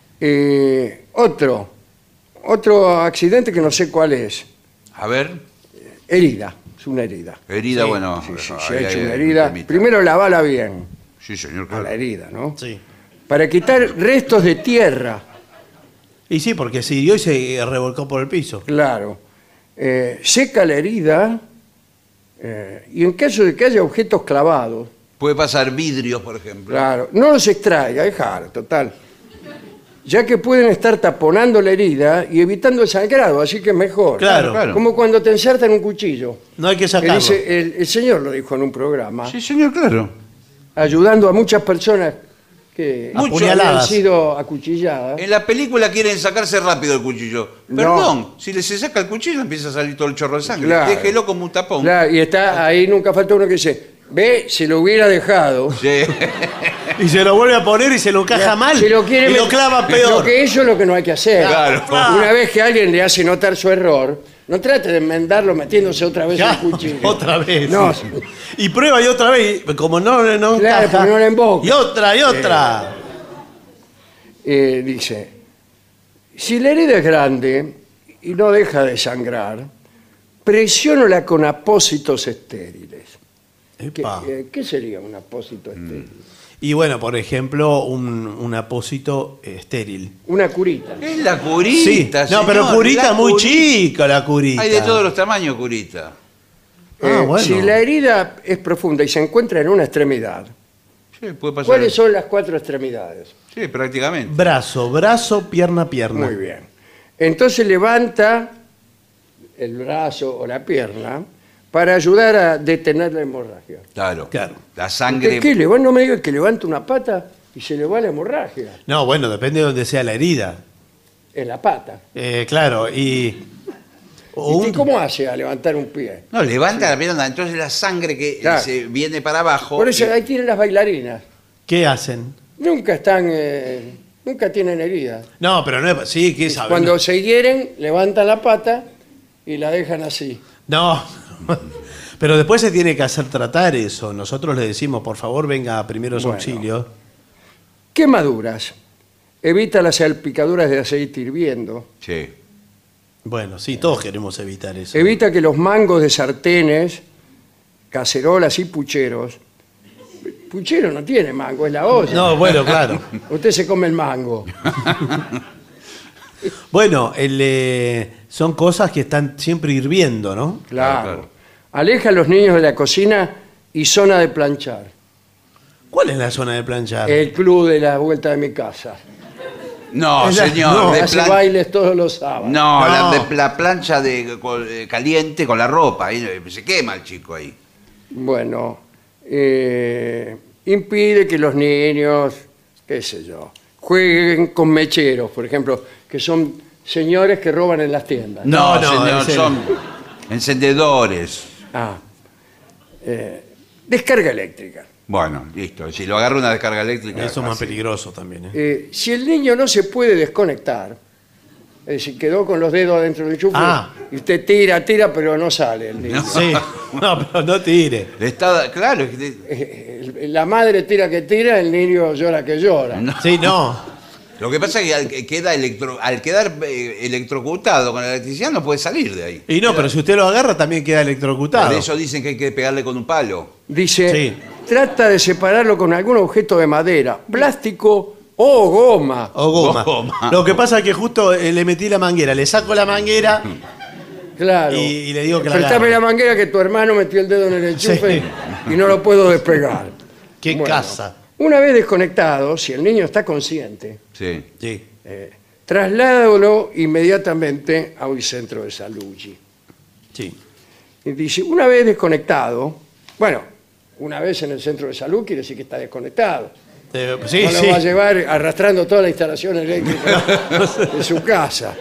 otro accidente que no sé cuál es. A ver. Herida, es una herida. Herida, Sí, bueno. sí, sí, ahí se ha hecho hay una un herida. temita. Primero lavala bien Sí, señor, a claro. la herida, ¿no? sí. Para quitar restos de tierra, Y sí, porque se hirió y se revolcó por el piso. claro. Seca la herida y en caso de que haya objetos clavados, Puede pasar vidrios, por ejemplo. claro, no los extraiga, dejar, total. Ya que pueden estar taponando la herida y evitando el sangrado, así que es mejor. Claro. Claro. Como cuando te insertan un cuchillo. No hay que Que sacarlo. dice, el señor lo dijo en un programa, Sí, señor, claro. ayudando a muchas personas que Muchos. habían Apuñaladas. sido acuchilladas. En la película quieren sacarse rápido el cuchillo. No. Perdón, si se saca el cuchillo empieza a salir todo el chorro de sangre. Claro. Déjelo como un tapón. Claro, y está ahí, nunca falta uno que dice, ve, si lo hubiera dejado. Sí. Y se lo vuelve a poner y se lo encaja mal. Si lo quiere y lo met- clava peor. Lo que eso es lo que no hay que hacer. Claro. Una vez que alguien le hace notar su error, no trate de enmendarlo metiéndose otra vez Ya, el cuchillo. otra vez. No, sí. Y prueba y otra vez. Y como no Claro, encaja. porque no le emboca. Y otra. dice, si la herida es grande y no deja de sangrar, presiónala con apósitos estériles. Epa. ¿Qué sería un apósito estéril? Y bueno, por ejemplo, un apósito estéril. Una curita. Es la curita, Sí. No, pero señor, curita la muy curita. chica, la curita. Hay de todos los tamaños curita. Bueno. Si la herida es profunda y se encuentra en una extremidad, Sí, puede pasar. ¿cuáles son las 4 extremidades? Sí, prácticamente. Brazo, pierna. Muy bien. Entonces levanta el brazo o la pierna para ayudar a detener la hemorragia. Claro. Claro. La ¿Usted sangre. qué? No me diga que levanta una pata y se le va la hemorragia No, bueno, depende de donde sea la herida. en la pata. Claro, y... o ¿Y un- usted cómo hace a levantar un pie? No, levanta la pierna, entonces la sangre que Claro. se viene para abajo. Por eso y- ahí tienen las bailarinas. ¿Qué hacen? Nunca nunca tienen heridas. No, pero no es... Sí, ¿qué saben? Cuando se hieren, levantan la pata y la dejan así. No, Pero después se tiene que hacer tratar eso. Nosotros le decimos, por favor, venga a primeros Bueno. auxilios. Quemaduras. Evita las salpicaduras de aceite hirviendo. Sí. Bueno, sí, todos queremos evitar eso. Evita que los mangos de sartenes, cacerolas y pucheros. Puchero no tiene mango, es la olla. No, bueno, claro. Usted se come el mango. Bueno, son cosas que están siempre hirviendo, ¿no? Claro. Claro. Aleja a los niños de la cocina y zona de planchar. ¿Cuál es la zona de planchar? El club de la vuelta de mi casa. No, Es la- señor. no, de Hace plan- bailes todos los sábados. No, No. la plancha caliente con la ropa. Ahí se quema el chico ahí. Bueno, impide que los niños, qué sé yo, jueguen con mecheros, por ejemplo, que son señores que roban en las tiendas. No, No, señor, ese- son encendedores. Ah, descarga eléctrica. Bueno, listo. Si lo agarra una descarga eléctrica. Eso es más así. peligroso también. Si el niño no se puede desconectar, es decir, quedó con los dedos adentro del enchufe Ah. y usted tira, pero no sale el niño. Sí, no, pero no tire. Claro, es que La madre tira que tira, el niño llora que llora. Sí, no. lo que pasa es que al quedar electrocutado con la electricidad no puede salir de ahí. Y no, pero si usted lo agarra también queda electrocutado. Por eso dicen que hay que pegarle con un palo. Dice, Sí. trata de separarlo con algún objeto de madera, plástico o goma. O goma. Goma. Lo que pasa es que justo le metí la manguera, le saco la manguera. Claro. Y le digo que la Préstame agarre. la manguera que tu hermano metió el dedo en el enchufe y no lo puedo despegar. ¡Qué Bueno, casa! Una vez desconectado, si el niño está consciente, Sí. Sí. trasládalo inmediatamente a un centro de salud. Sí. Y dice, una vez desconectado, bueno, una vez en el centro de salud quiere decir que está desconectado. Sí, No sí. lo va a llevar arrastrando toda la instalación eléctrica de su casa.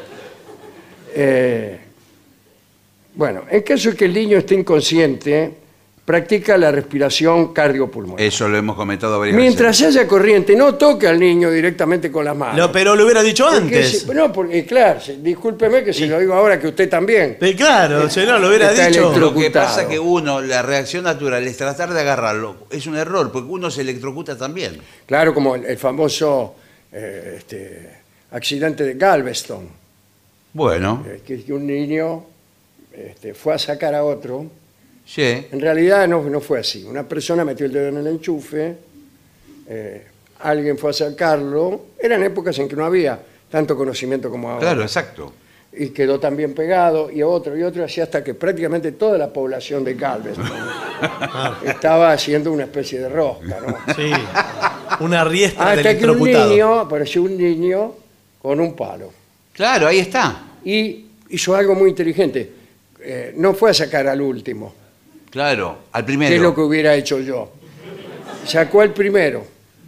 Bueno, en caso de que el niño esté inconsciente, practica la respiración cardiopulmonar. Eso lo hemos comentado varias Mientras haya corriente, no toque al niño directamente con las manos. Pero lo hubiera dicho Porque antes. no, porque claro, discúlpeme que se lo digo ahora que usted también. Claro, si no, lo hubiera Está dicho. electro- Lo que electrocutado. pasa es que uno, la reacción natural es tratar de agarrarlo. Es un error, porque uno se electrocuta también. Claro, como el famoso accidente de Galveston, Bueno, que un niño fue a sacar a otro. sí. En realidad no fue así. Una persona metió el dedo en el enchufe, alguien fue a sacarlo. Eran épocas en que no había tanto conocimiento como ahora. Claro, exacto. Y quedó también pegado, y otro, así hasta que prácticamente toda la población de Galveston estaba haciendo una especie de rosca, ¿no? Sí. Una riestra de Hasta que un electrocutado. niño, apareció un niño con un palo. Claro, ahí está. Y hizo algo muy inteligente. No fue a sacar al último, Claro, al que es lo primero. que hubiera hecho yo. Sacó al primero.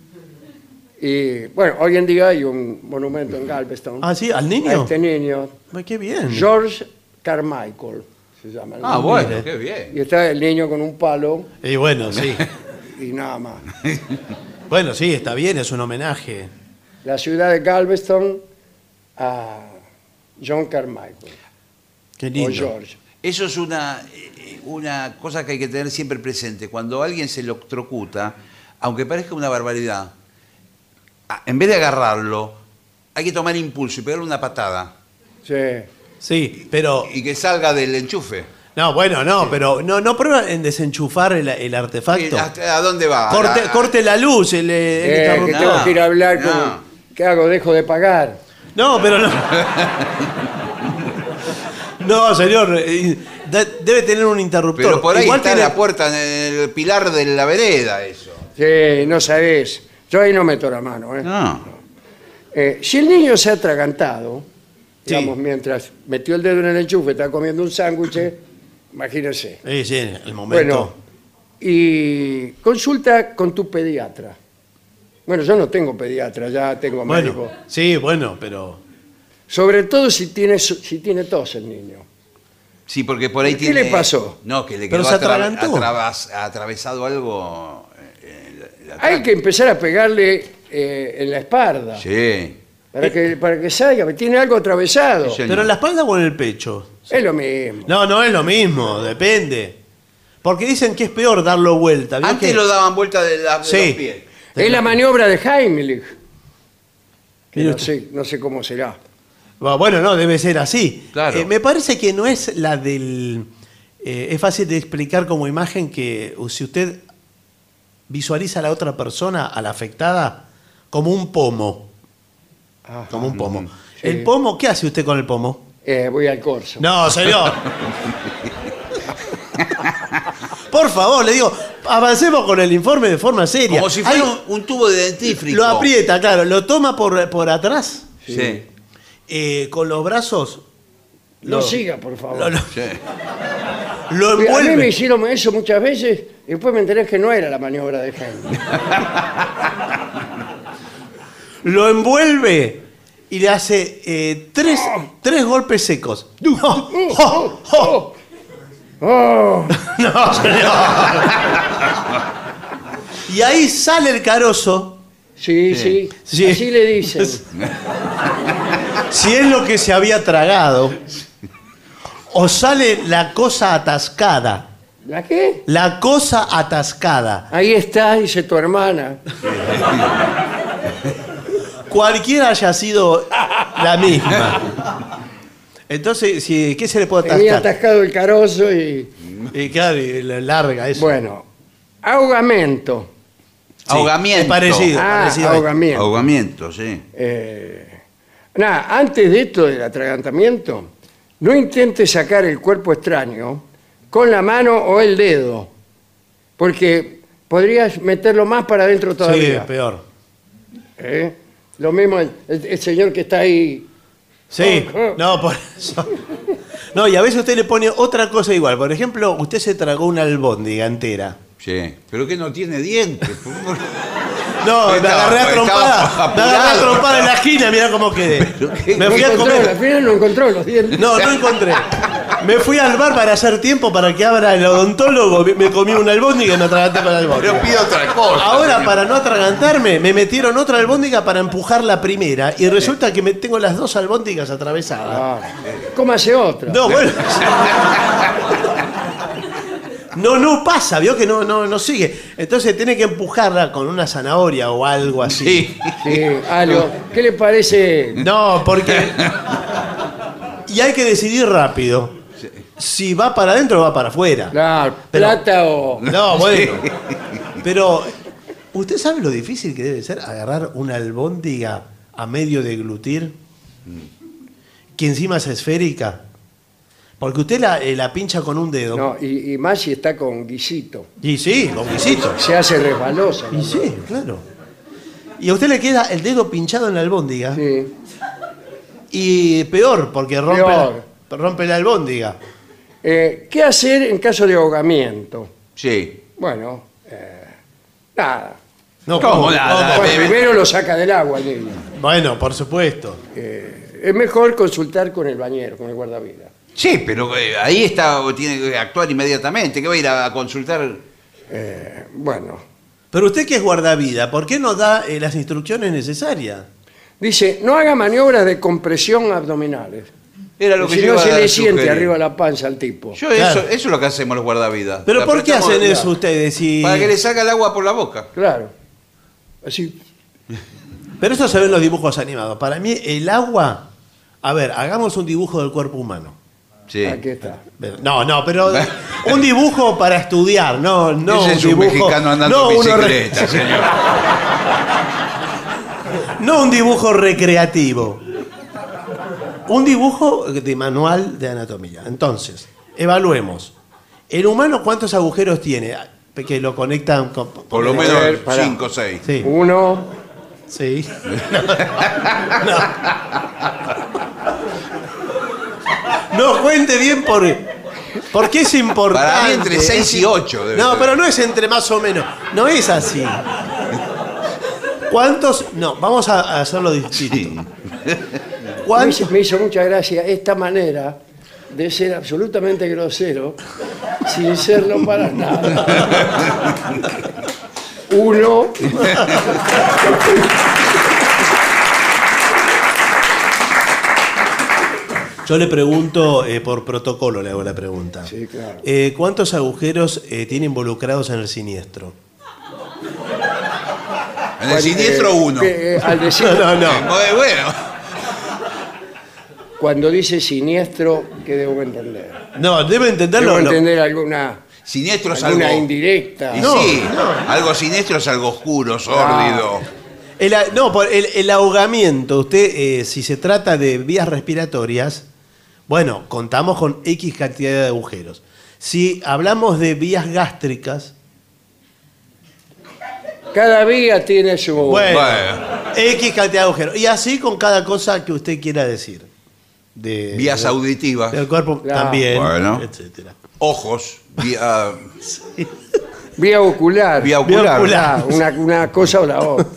Y bueno, hoy en día hay un monumento en Galveston Ah, sí, al a niño. este niño, Ay, qué bien. George Carmichael se llama. el Ah, niño. bueno, Mire. qué bien. Y está el niño con un palo Y bueno, sí. y nada más. Bueno, sí, está bien, es un homenaje. La ciudad de Galveston a John Carmichael Qué o lindo. George. Eso es una cosa que hay que tener siempre presente. Cuando alguien se electrocuta, aunque parezca una barbaridad, en vez de agarrarlo, hay que tomar impulso y pegarle una patada Sí. Sí, pero. y que salga del enchufe. No, bueno, no, pero no prueba en desenchufar el artefacto. ¿A dónde va? Corte la luz, el Que interruptor. tengo que ir a hablar con... no. ¿Qué hago? ¿Dejo de pagar? No, pero no. No, señor, debe tener un interruptor. Pero por ahí Igual está tiene- la puerta en el pilar de la vereda, eso. Sí, no sabés. Yo ahí no meto la mano. No. Si el niño se ha atragantado, Sí. digamos, mientras metió el dedo en el enchufe, está comiendo un sándwich, imagínese. Sí, el momento. Bueno, y consulta con tu pediatra. Bueno, yo no tengo pediatra, ya tengo médico. Bueno, sí, bueno, pero. Sobre todo si tiene tos el niño. Sí, porque por ahí ¿Qué tiene... le pasó? No, que le Pero quedó se atragantó. atravesado algo en la Hay que empezar a pegarle en la espalda Sí. para que salga, tiene algo atravesado. Sí, señor. ¿Pero en la espalda o en el pecho? Es lo mismo. No es lo mismo, depende. Porque dicen que es peor darlo vuelta. ¿Vio Antes que- lo daban vuelta de los Sí. pies. Es la maniobra de Heimlich. Que Mire no sé cómo será. Bueno, no, debe ser así. Claro. Me parece que no es la del... es fácil de explicar como imagen que si usted visualiza a la otra persona, a la afectada, como un pomo. Ajá. Como un pomo. Sí. ¿El pomo? ¿Qué hace usted con el pomo? Voy al corso. No, señor. Por favor, le digo, avancemos con el informe de forma seria. Como si fuera Hay- un tubo de dentífrico. Lo aprieta, claro, lo toma por atrás, Sí. con los brazos, No siga, por favor. lo Sí. A mí me envuelve. hicieron eso muchas veces y después me enteré que no era la maniobra de Heimlich. Lo envuelve y le hace tres golpes secos. ¡Oh, oh, oh! ¡Oh! No, señor. Y ahí sale el carozo. Sí, sí, Sí. así le dicen. Si es lo que se había tragado. O sale la cosa atascada. ¿La qué? La cosa atascada. Ahí está, dice tu hermana. Cualquiera haya sido la misma. Entonces, ¿qué se le puede Tenía atascar? atascado el carozo y... Y claro, y la larga eso. Bueno, ahogamiento. Sí, Ahogamiento. es parecido. parecido a- ahogamiento. Ahogamiento, sí. Nada, antes de esto del atragantamiento, no intente sacar el cuerpo extraño con la mano o el dedo, porque podrías meterlo más para adentro Sí, todavía. peor. ¿Eh? Lo mismo el señor que está ahí. Sí, no, por eso. No, y a veces usted le pone otra cosa igual. Por ejemplo, usted se tragó una albóndiga entera. Sí. Pero que no tiene dientes. No, me Estaba- agarré a trompada. estaba Me agarré a apurado. trompada en la esquina, mirá cómo quedé. Me No fui a encontró, comer. al final no encontró los dientes. No, no encontré. Me fui al bar para hacer tiempo para que abra el odontólogo. Me comí una albóndiga y me atraganté con la Pero albóndiga. pido otra cosa. Ahora, para no atragantarme, me metieron otra albóndiga para empujar la primera y resulta que me tengo las dos albóndigas atravesadas. Ah, cómase otra. No, bueno. No pasa, vio que no sigue. Entonces tiene que empujarla con una zanahoria o algo así. Sí. Sí, algo. ¿Qué le parece? No, porque. Y hay que decidir rápido. Si va para adentro o va para afuera. Claro, Pero- plata o... No, bueno. Pero, ¿usted sabe lo difícil que debe ser agarrar una albóndiga a medio deglutir? Que encima es esférica. Porque usted la pincha con un dedo. No, y más si está con guisito. Y sí, con guisito. Se hace resbalosa. Y sí, claro. Y a usted le queda el dedo pinchado en la albóndiga. Sí. Y peor, porque rompe la albóndiga. ¿Qué hacer en caso de ahogamiento? Sí. Bueno, nada. No, ¿Cómo nada? Bueno, bebé. primero lo saca del agua el niño. Bueno, por supuesto. Es mejor consultar con el bañero, con el guardavidas. Sí, pero ahí está, tiene que actuar inmediatamente. ¿Qué va a ir a consultar? Bueno, Pero usted que es guardavida, ¿por qué no da las instrucciones necesarias? dice, no haga maniobras de compresión abdominales. Era lo que Si yo no iba se a le siente sugerir. arriba la panza al tipo. Eso es lo que hacemos los guardavidas. ¿Pero Le por qué apretamos- hacen eso ustedes? Si... Para que le salga el agua por la boca. Claro. Así. Pero eso se ve en los dibujos animados. Para mí, el agua... A ver, hagamos un dibujo del cuerpo humano. Sí. Aquí está. No, pero un dibujo para estudiar, no Ese es un dibujo, mexicano andando no en uno bicicleta, señor. no un dibujo recreativo. Un dibujo de manual de anatomía. Entonces, evaluemos. ¿El humano cuántos agujeros tiene? Que lo conectan con... Por lo A menos ver, pará. 5 o 6. Sí, 1, sí. No cuente bien porque es importante. Para mí entre 6 y 8 debe No, ser. pero no es entre más o menos. No es así. ¿Cuántos? No, vamos a hacerlo distinto. ¿Cuántos? me hizo mucha gracia esta manera de ser absolutamente grosero sin serlo para nada. 1, Yo le pregunto, por protocolo le hago la pregunta. Sí, claro. ¿Cuántos agujeros tiene involucrados en el siniestro? En el siniestro uno. Al decir, No. Bueno, cuando dice siniestro, ¿qué debo entender? No, debe entenderlo. Debo entender alguna siniestro es algo... indirecta. Y No, sí, no. algo siniestro es algo oscuro, sórdido. El ahogamiento, usted, si se trata de vías respiratorias, bueno, contamos con X cantidad de agujeros. Si hablamos de vías gástricas, Cada vía tiene su... bueno, Bueno. X cantidad de agujeros. Y así con cada cosa que usted quiera decir. Vías auditivas, Del cuerpo Claro. también, Bueno. etcétera. ojos, vía Vía ocular. Vía ocular. Ah, una cosa o la otra.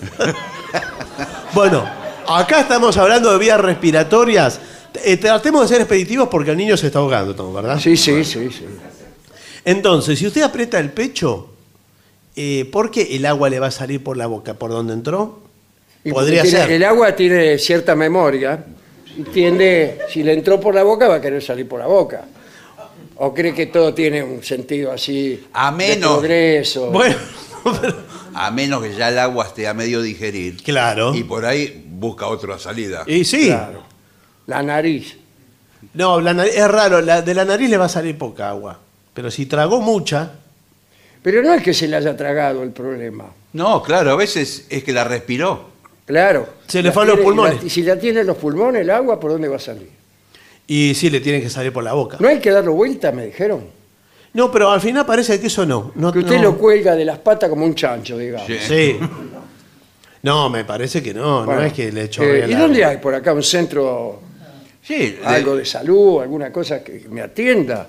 Bueno, acá estamos hablando de vías respiratorias. Tratemos de ser expeditivos porque el niño se está ahogando, Tom, ¿verdad? Sí. Entonces, si usted aprieta el pecho, ¿por qué el agua le va a salir por la boca? ¿Por donde entró? Y Podría porque ser. El agua tiene cierta memoria y tiende, si le entró por la boca, va a querer salir por la boca. ¿O cree que todo tiene un sentido así A de menos- progreso? Bueno, pero- a menos que ya el agua esté a medio digerir. claro. Y por ahí busca otra salida. Y sí. Claro. La nariz. No, es raro. De la nariz le va a salir poca agua. Pero si tragó mucha, Pero no es que se le haya tragado el problema. No, claro, a veces es que la respiró. Claro. Se le La fue a los tiene- pulmones. Y si la tiene en los pulmones, el agua, ¿por dónde va a salir? y sí le tiene que salir por la boca. No hay que darlo vuelta, me dijeron. No, pero al final parece que eso no. Que usted no. lo cuelga de las patas como un chancho, digamos. Sí. Sí. No, me parece que no. Bueno, no es que le chorrea ¿y la- dónde hay por acá un centro, Sí, algo de salud, alguna cosa que me atienda?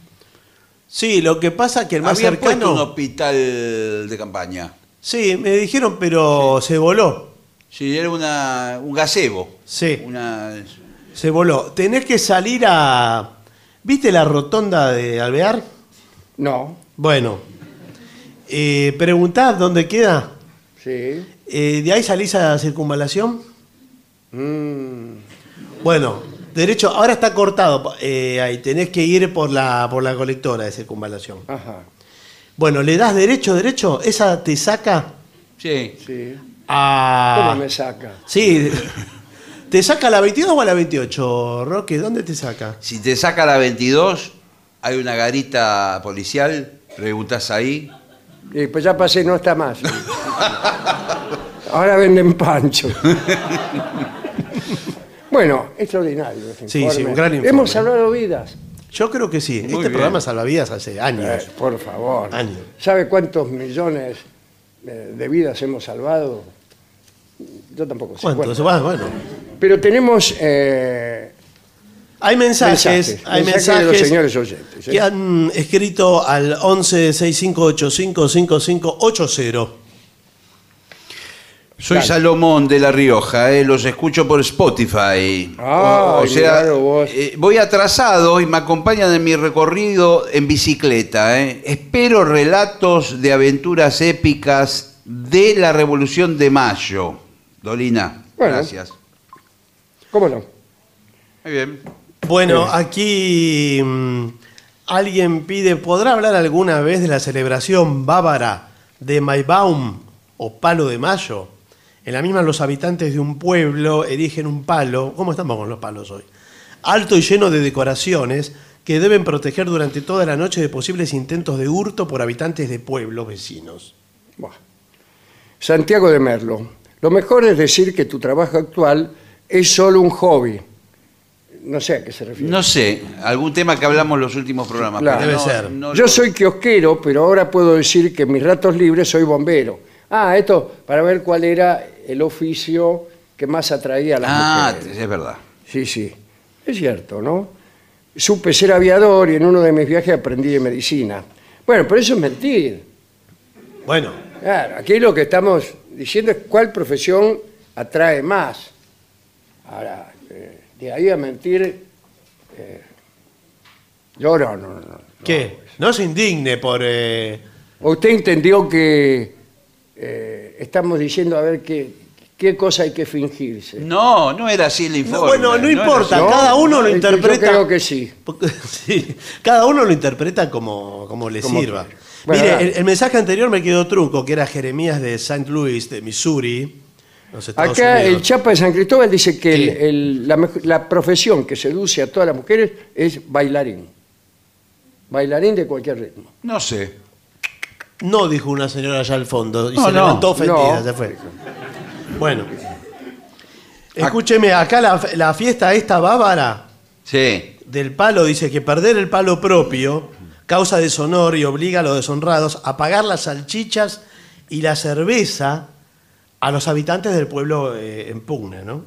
Sí, lo que pasa es que el más habían puesto un cercano... hospital de campaña. Sí, me dijeron, pero se voló. Sí, era un gazebo. Sí. Una... Se voló. Tenés que salir a... ¿Viste la rotonda de Alvear? No, Bueno. Preguntá dónde queda. sí. ¿De ahí salís a Circunvalación? Mm, Bueno, derecho, ahora está cortado. Ahí tenés que ir por la colectora de Circunvalación. ajá, Bueno, le das derecho, esa te saca Sí. sí. a... ¿Cómo me saca? Sí, ¿te saca a la 22 o a la 28, Roque? ¿Dónde te saca? Si te saca la 22, hay una garita policial, preguntás ahí. Y pues ya pasé, no está más. Ahora venden pancho. Bueno, extraordinario este Sí, informe. sí, un gran informe. Hemos salvado vidas. Yo creo que sí. Este bien. programa salvavidas hace años. Por favor. Años. ¿Sabe cuántos millones de vidas hemos salvado? Yo tampoco sé. ¿Cuántos? Bueno. Pero tenemos Hay mensajes, hay de los mensajes señores oyentes. que han escrito al 11 6585 5580. Soy Dale. Salomón de La Rioja, los escucho por Spotify. Ah, miralo vos. Voy atrasado y me acompañan en mi recorrido en bicicleta. Espero relatos de aventuras épicas de la Revolución de Mayo. Dolina, Bueno. gracias. ¿Cómo no? Muy bien. Bueno, aquí alguien pide, ¿podrá hablar alguna vez de la celebración bávara de Maibaum o Palo de Mayo? En la misma los habitantes de un pueblo erigen un palo, ¿cómo estamos con los palos hoy? Alto y lleno de decoraciones que deben proteger durante toda la noche de posibles intentos de hurto por habitantes de pueblos vecinos. Buah. Santiago de Merlo. Lo mejor es decir que tu trabajo actual es solo un hobby. No sé a qué se refiere. No sé, algún tema que hablamos en los últimos programas. Claro. pero Debe no- ser. no Yo lo- soy kiosquero, pero ahora puedo decir que en mis ratos libres soy bombero. Ah, esto para ver cuál era el oficio que más atraía a las mujeres. es verdad. Sí, sí. Es cierto, ¿no? Supe ser aviador y en uno de mis viajes aprendí de medicina. Bueno, pero eso es mentir. Bueno, Claro, aquí lo que estamos diciendo es cuál profesión atrae más. Ahora, de ahí a mentir, yo no. ¿qué? No se indigne por... ¿O usted entendió que estamos diciendo a ver qué cosa hay que fingirse. No, no era así el informe. bueno, no importa, era así. cada uno lo Yo interpreta. creo que sí. Sí, cada uno lo interpreta como le Como sirva. quiere. Bueno, Mire, dale. el mensaje anterior me quedó trunco, que era Jeremías de St. Louis, de Missouri, los Estados Acá Unidos. el Chapa de San Cristóbal dice que Sí. la profesión que seduce a todas las mujeres es bailarín. Bailarín de cualquier ritmo. No sé. No, dijo una señora allá al fondo, y No, se no. levantó ofendida, No. se fue. Bueno. Escúcheme, acá la fiesta esta bávara Sí. del palo dice que perder el palo propio causa deshonor y obliga a los deshonrados a pagar las salchichas y la cerveza a los habitantes del pueblo en pugna, ¿no?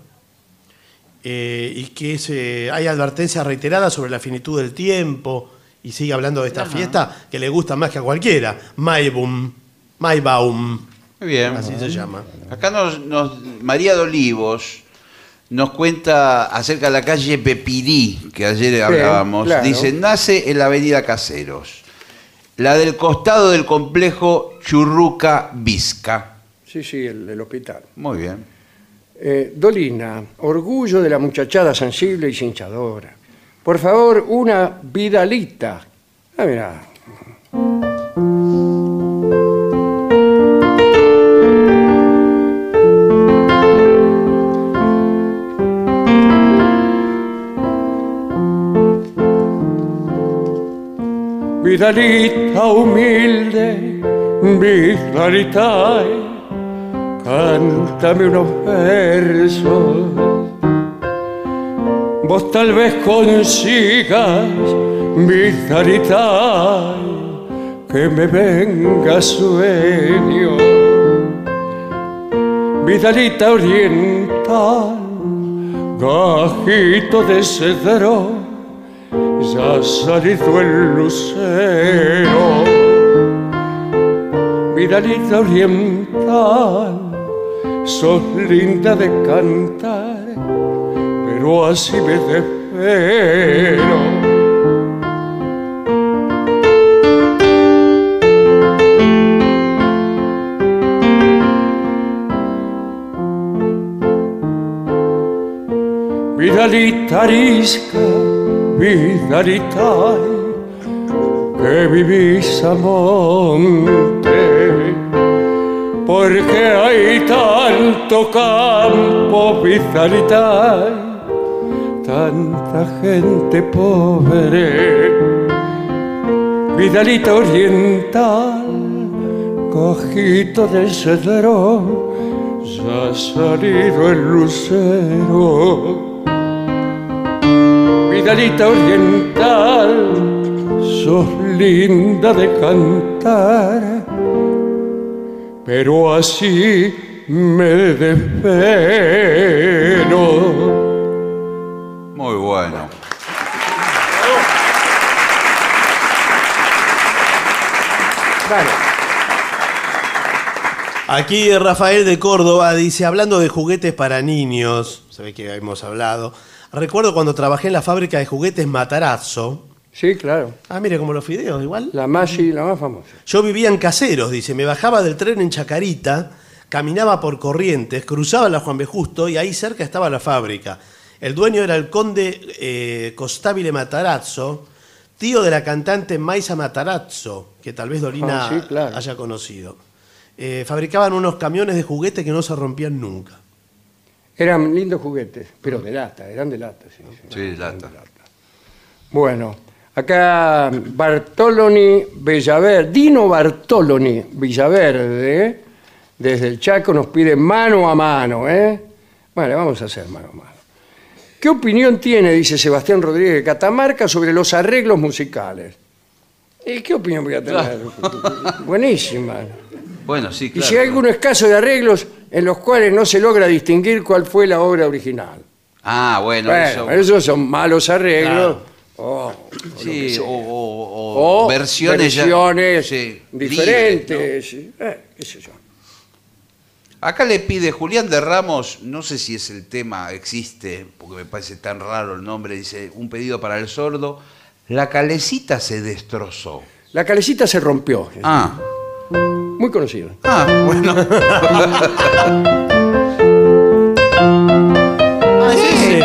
Y que hay advertencias reiteradas sobre la finitud del tiempo, y sigue hablando de esta fiesta que le gusta más que a cualquiera. Maibaum. Muy bien. Así se llama. Acá María de Olivos nos cuenta acerca de la calle Pepirí, que ayer hablábamos. claro. Dice, nace en la avenida Caseros, la del costado del complejo Churruca Vizca. Sí, sí, el hospital. Muy bien. Dolina, orgullo de la muchachada sensible y cinchadora. Por favor, una Vidalita. Ah, mirá. Vidalita humilde, Vidalita, cántame unos versos. Vos tal vez consigas, Vidalita, que me venga sueño. Vidalita oriental, gajito de cedro, ya ha salido el lucero. Vidalita oriental, sos linda de cantar, pero así me desespero. Vidalita arisca, Vidalita, que vivís a monte, porque hay tanto campo, Vidalita, tanta gente pobre. Vidalita oriental, cojito de cedro, ya ha salido el lucero. Vidalita oriental, sos linda de cantar, pero así me desespero. Muy bueno. Vale. Aquí Rafael de Córdoba dice, hablando de juguetes para niños, se ve que hemos hablado, recuerdo cuando trabajé en la fábrica de juguetes Matarazzo. Sí, claro. Ah, mire, como los fideos, igual. La más famosa. Yo vivía en Caseros, dice, me bajaba del tren en Chacarita, caminaba por Corrientes, cruzaba la Juan B. Justo y ahí cerca estaba la fábrica. El dueño era el conde Costabile Matarazzo, tío de la cantante Maisa Matarazzo, que tal vez Dolina sí, claro. haya conocido. Fabricaban unos camiones de juguete que no se rompían nunca. Eran lindos juguetes, pero de lata, eran de lata. Sí, Sí, lata. Bueno, acá Bartoloni Villaverde, Dino Bartoloni Villaverde, desde el Chaco nos pide mano a mano, ¿eh? Bueno, vamos a hacer mano a mano. ¿Qué opinión tiene, dice Sebastián Rodríguez de Catamarca, sobre los arreglos musicales? ¿Y qué opinión voy a tener? Buenísima. Bueno, sí, Y claro. si hay algunos casos de arreglos en los cuales no se logra distinguir cuál fue la obra original. Ah, bueno, Bueno, eso. esos son malos arreglos. Claro. Sí, sea. o versiones, versiones diferentes. Qué sé yo. Acá le pide Julián de Ramos, no sé si es el tema, existe, porque me parece tan raro el nombre, dice, un pedido para el sordo. La calecita se destrozó. La calecita se rompió. Ah, Muy conocido. bueno. Ese.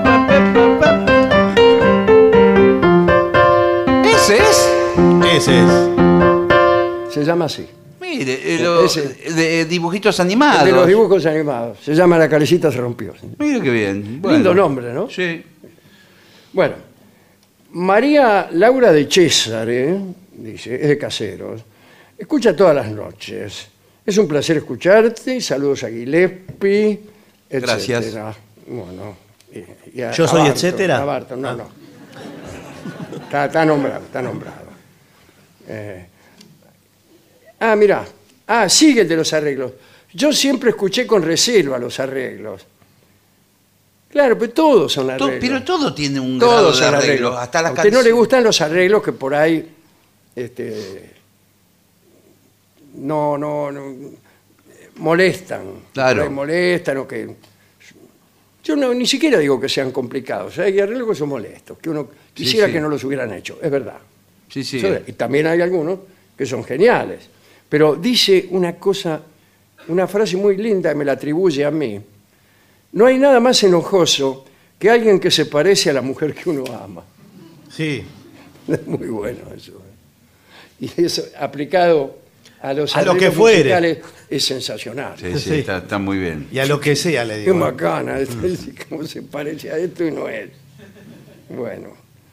¿Ese es? Ese es. Se llama así. Mire, Ese. de dibujitos animados. De los dibujos animados. Se llama La calecita se rompió. Mire qué bien. Bueno. Lindo nombre, ¿no? Sí. Bueno, María Laura de Césare, dice, es de Caseros, escucha todas las noches. Es un placer escucharte. Saludos a Gillespie, etcétera. Gracias. Bueno, ¿Yo soy etcétera? a Barton, no. Está nombrado, está nombrado. Mirá. Sigue el de los arreglos. Yo siempre escuché con reserva los arreglos. Claro, pero todos son arreglos. Pero todo tiene un grado Todos de son arreglo. arreglos. Hasta la A usted no le canción. gustan los arreglos que por ahí no molestan. Claro. Por ahí molestan o que... Yo ni siquiera digo que sean complicados. Hay arreglos que son molestos, que uno quisiera sí. que no los hubieran hecho. Es verdad. Sí, sí. Y también hay algunos que son geniales. Pero dice una cosa, una frase muy linda, me la atribuye a mí. No hay nada más enojoso que alguien que se parece a la mujer que uno ama. Sí. Es muy bueno eso. Y eso aplicado a los A lo que arreglos fuere. musicales es sensacional. Sí, sí, Sí. está muy bien. Y a lo que sea le Qué digo. bacana, cómo se parece a esto y no es. Bueno.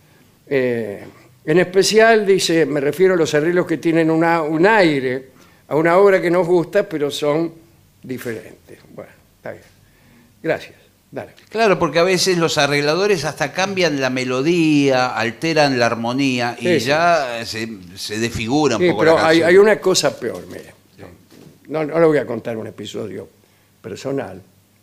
En especial, dice, me refiero a los arreglos que tienen un aire a una obra que nos gusta, pero son diferentes. Bueno, está bien. Gracias. Dale. Claro, porque a veces los arregladores hasta cambian la melodía, alteran la armonía y Sí, sí. ya se desfigura un Sí, poco pero la canción. hay una cosa peor, mire. No le voy a contar un episodio personal,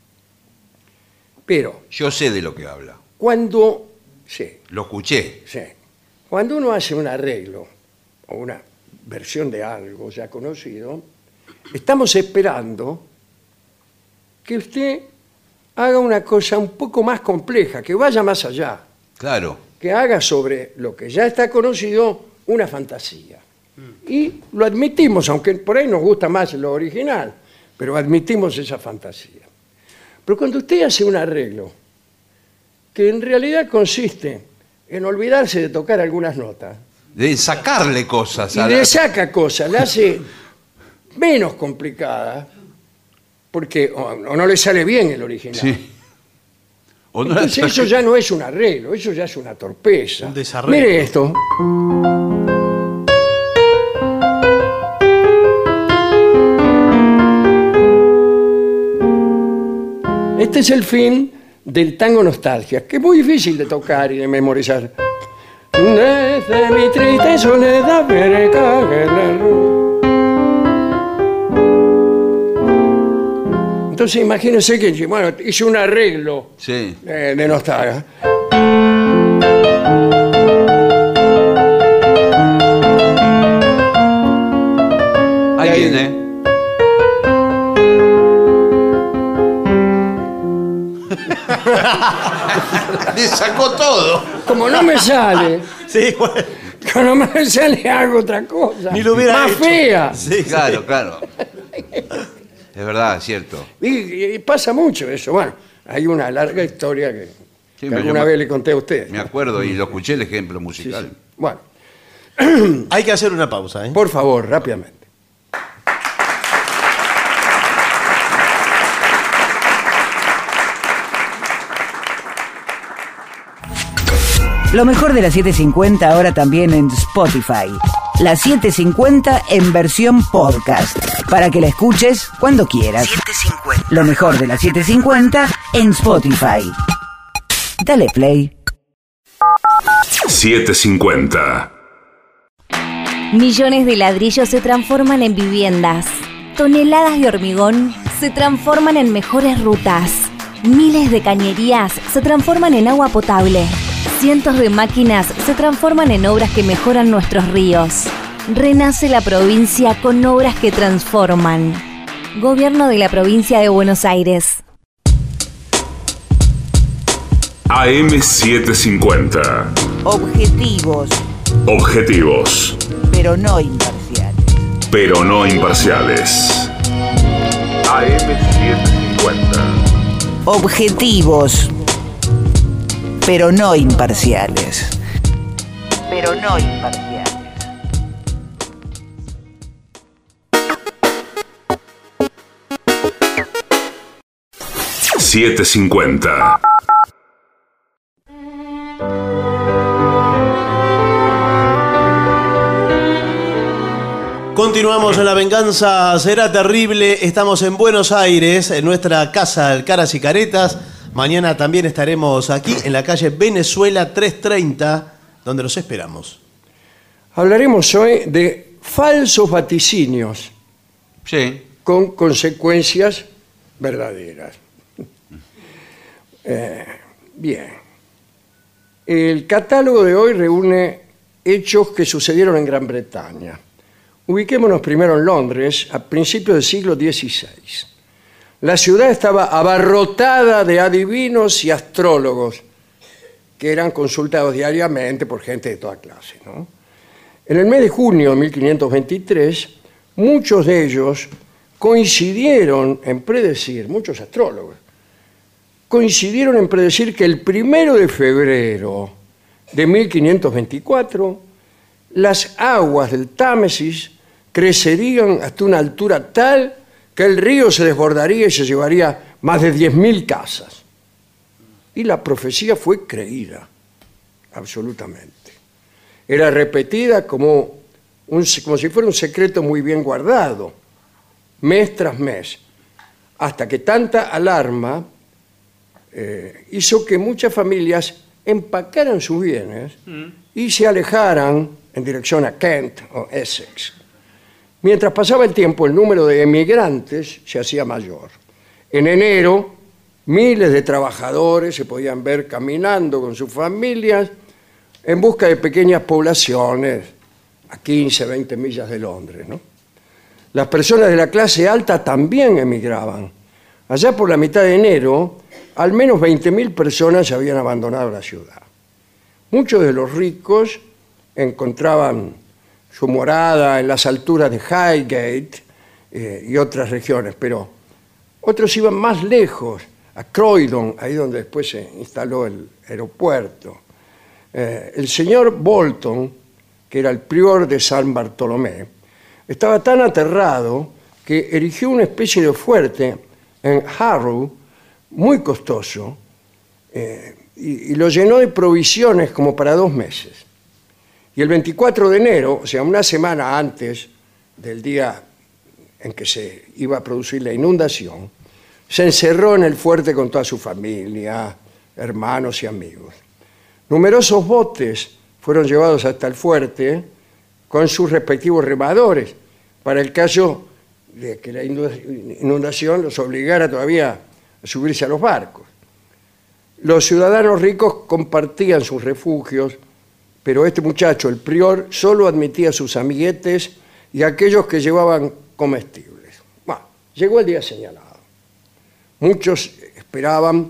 pero Yo sé de lo que habla. cuando... Sí, Lo escuché. sí. Cuando uno hace un arreglo o una versión de algo ya conocido, estamos esperando que usted haga una cosa un poco más compleja, que vaya más allá, Claro. que haga sobre lo que ya está conocido una fantasía. Y lo admitimos, aunque por ahí nos gusta más lo original, pero admitimos esa fantasía. Pero cuando usted hace un arreglo que en realidad consiste en olvidarse de tocar algunas notas, De sacarle cosas. y a le la- saca cosas, le hace menos complicada, porque o no le sale bien el original. Sí. O no Entonces la- eso ya no es un arreglo, eso ya es una torpeza. Un desarreglo. Mire esto. Este es el fin del tango Nostalgia, que es muy difícil de tocar y de memorizar. Desde mi triste soledad me cague la luz. Entonces imagínense que bueno, hice un arreglo Sí. de Nostalgia. Ahí ahí- viene. Le sacó todo. Como no me sale, Sí, bueno. como no me sale hago otra cosa. Ni lo hubiera más hecho. fea. Sí, Claro, sí. claro. Es verdad, es cierto. Y pasa mucho eso. Bueno, hay una larga historia que, Sí, que me- alguna yo me- vez le conté a usted. Me acuerdo y lo escuché el ejemplo Sí, musical. sí. Bueno, Hay que hacer una pausa, ¿eh? por favor, rápidamente. Lo mejor de la 750 ahora también en Spotify. La 750 en versión podcast, para que la escuches cuando quieras. Lo mejor de la 750 en Spotify. Dale play. 750. Millones de ladrillos se transforman en viviendas. Toneladas de hormigón se transforman en mejores rutas. Miles de cañerías se transforman en agua potable. Cientos de máquinas se transforman en obras que mejoran nuestros ríos. Renace la provincia con obras que transforman. Gobierno de la provincia de Buenos Aires. AM750. Objetivos, Objetivos, pero no imparciales. pero no imparciales. AM750. Objetivos, pero no imparciales. Pero no imparciales. $7.50. Continuamos en La Venganza Será Terrible. Estamos en Buenos Aires, en nuestra casa, el Caras y Caretas. Mañana también estaremos aquí, en la calle Venezuela 330, donde los esperamos. Hablaremos hoy de falsos vaticinios Sí. con consecuencias verdaderas. Bien. El catálogo de hoy reúne hechos que sucedieron en Gran Bretaña. Ubiquémonos primero en Londres, a principios del siglo XVI. La ciudad estaba abarrotada de adivinos y astrólogos que eran consultados diariamente por gente de toda clase, ¿no? En el mes de junio de 1523, muchos de ellos coincidieron en predecir, muchos astrólogos, coincidieron en predecir que el 1 de febrero de 1524 las aguas del Támesis crecerían hasta una altura tal que el río se desbordaría y se llevaría más de 10.000 casas. Y la profecía fue creída, absolutamente. Era repetida como si fuera un secreto muy bien guardado, mes tras mes, hasta que tanta alarma hizo que muchas familias empacaran sus bienes y se alejaran en dirección a Kent o Essex. Mientras pasaba el tiempo, el número de emigrantes se hacía mayor. En enero, miles de trabajadores se podían ver caminando con sus familias en busca de pequeñas poblaciones a 15, 20 millas de Londres, ¿no? Las personas de la clase alta también emigraban. Allá por la mitad de enero, al menos 20.000 personas habían abandonado la ciudad. Muchos de los ricos encontraban su morada en las alturas de Highgate y otras regiones, pero otros iban más lejos, a Croydon, ahí donde después se instaló el aeropuerto. El señor Bolton, que era el prior de San Bartolomé, estaba tan aterrado que erigió una especie de fuerte en Harrow, muy costoso, y lo llenó de provisiones como para 2 meses. Y el 24 de enero, o sea, una semana antes del día en que se iba a producir la inundación, se encerró en el fuerte con toda su familia, hermanos y amigos. Numerosos botes fueron llevados hasta el fuerte con sus respectivos remadores, para el caso de que la inundación los obligara todavía a subirse a los barcos. Los ciudadanos ricos compartían sus refugios, pero este muchacho, el prior, solo admitía a sus amiguetes y a aquellos que llevaban comestibles. Bueno, llegó el día señalado. Muchos esperaban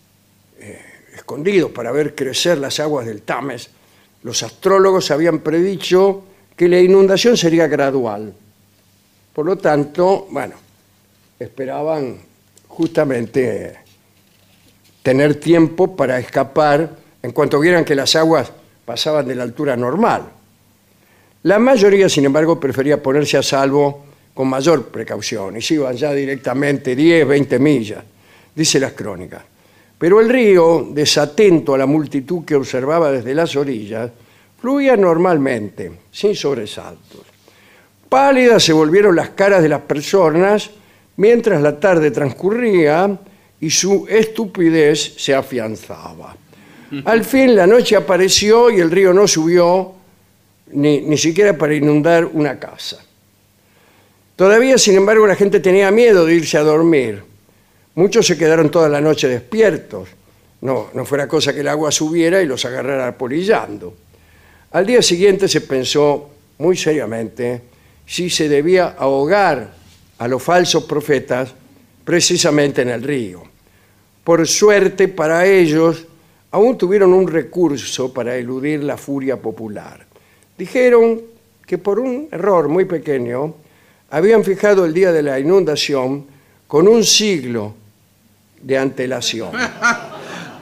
escondidos para ver crecer las aguas del Támesis. Los astrólogos habían predicho que la inundación sería gradual. Por lo tanto, bueno, esperaban justamente tener tiempo para escapar en cuanto vieran que las aguas pasaban de la altura normal. La mayoría, sin embargo, prefería ponerse a salvo con mayor precaución y se iban ya directamente 10, 20 millas, dice las crónicas. Pero el río, desatento a la multitud que observaba desde las orillas, fluía normalmente, sin sobresaltos. Pálidas se volvieron las caras de las personas mientras la tarde transcurría y su estupidez se afianzaba. Al fin la noche apareció y el río no subió ni siquiera para inundar una casa. Todavía, sin embargo, la gente tenía miedo de irse a dormir. Muchos se quedaron toda la noche despiertos. No fuera cosa que el agua subiera y los agarrara polillando. Al día siguiente se pensó muy seriamente si se debía ahogar a los falsos profetas precisamente en el río. Por suerte para ellos, aún tuvieron un recurso para eludir la furia popular. Dijeron que por un error muy pequeño habían fijado el día de la inundación con un siglo de antelación.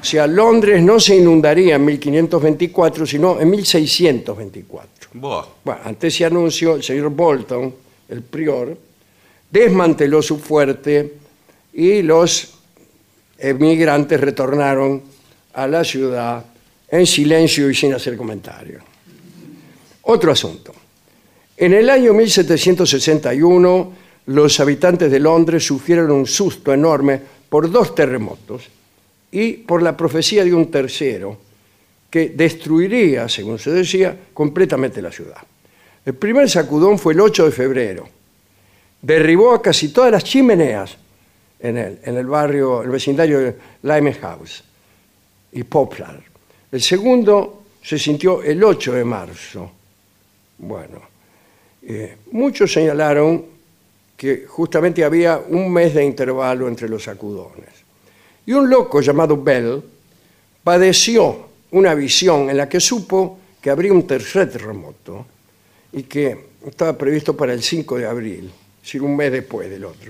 sea, Londres no se inundaría en 1524, sino en 1624. Buah. Bueno, ante ese anuncio, el señor Bolton, el prior, desmanteló su fuerte y los emigrantes retornaron a la ciudad en silencio y sin hacer comentarios. Otro asunto. En el año 1761, los habitantes de Londres sufrieron un susto enorme por 2 terremotos y por la profecía de un tercero que destruiría, según se decía, completamente la ciudad. El primer sacudón fue el 8 de febrero. Derribó a casi todas las chimeneas en el barrio, el vecindario de Limehouse y Poplar. El segundo se sintió el 8 de marzo. Bueno, muchos señalaron que justamente había un mes de intervalo entre los sacudones. Y un loco llamado Bell padeció una visión en la que supo que habría un tercer terremoto y que estaba previsto para el 5 de abril, es decir, un mes después del otro,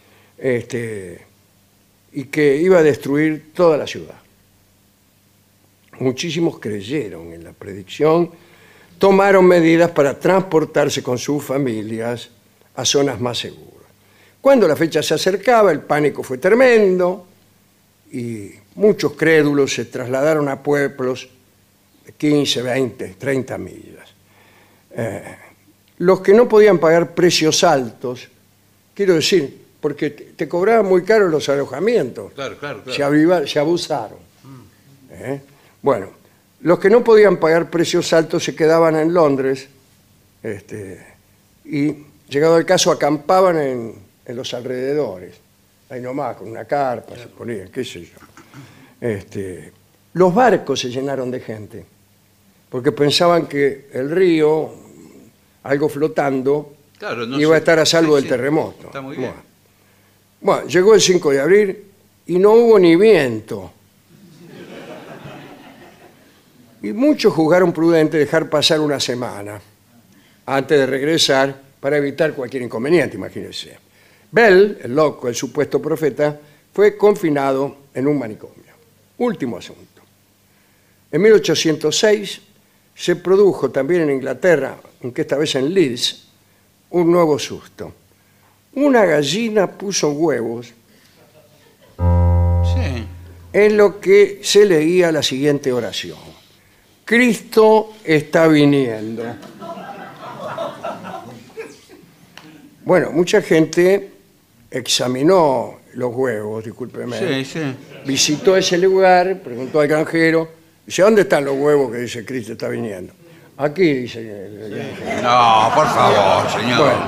y que iba a destruir toda la ciudad. Muchísimos creyeron en la predicción, tomaron medidas para transportarse con sus familias a zonas más seguras. Cuando la fecha se acercaba, el pánico fue tremendo y muchos crédulos se trasladaron a pueblos de 15, 20, 30 millas. Los que no podían pagar precios altos, quiero decir, porque te cobraban muy caro los alojamientos, Claro. se abusaron. Bueno, los que no podían pagar precios altos se quedaban en Londres y, llegado el caso, acampaban en los alrededores, ahí nomás, con una carpa, se ponían, qué sé yo. Los barcos se llenaron de gente, porque pensaban que el río, algo flotando, Claro, no iba a sé. estar a salvo Sí, del sí. terremoto. Está muy bien. Bueno, llegó el 5 de abril y no hubo ni viento. Y muchos juzgaron prudente dejar pasar una semana antes de regresar para evitar cualquier inconveniente, imagínense. Bell, el loco, el supuesto profeta, fue confinado en un manicomio. Último asunto. En 1806 se produjo también en Inglaterra, aunque esta vez en Leeds, un nuevo susto. Una gallina puso huevos Sí. en lo que se leía la siguiente oración. Cristo está viniendo. Bueno, mucha gente examinó los huevos, discúlpeme. Sí. Visitó ese lugar, preguntó al granjero, dice, ¿dónde están los huevos que dice Cristo está viniendo? Aquí, dice el granjero. No, por favor, señor. Bueno,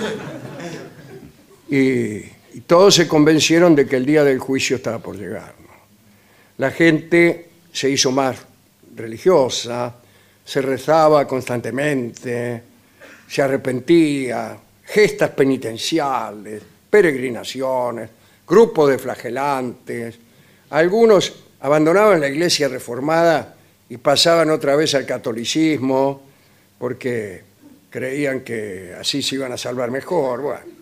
y todos se convencieron de que el día del juicio estaba por llegar, ¿no? La gente se hizo más religiosa, se rezaba constantemente, se arrepentía, gestas penitenciales, peregrinaciones, grupos de flagelantes. Algunos abandonaban la iglesia reformada y pasaban otra vez al catolicismo porque creían que así se iban a salvar mejor. Bueno.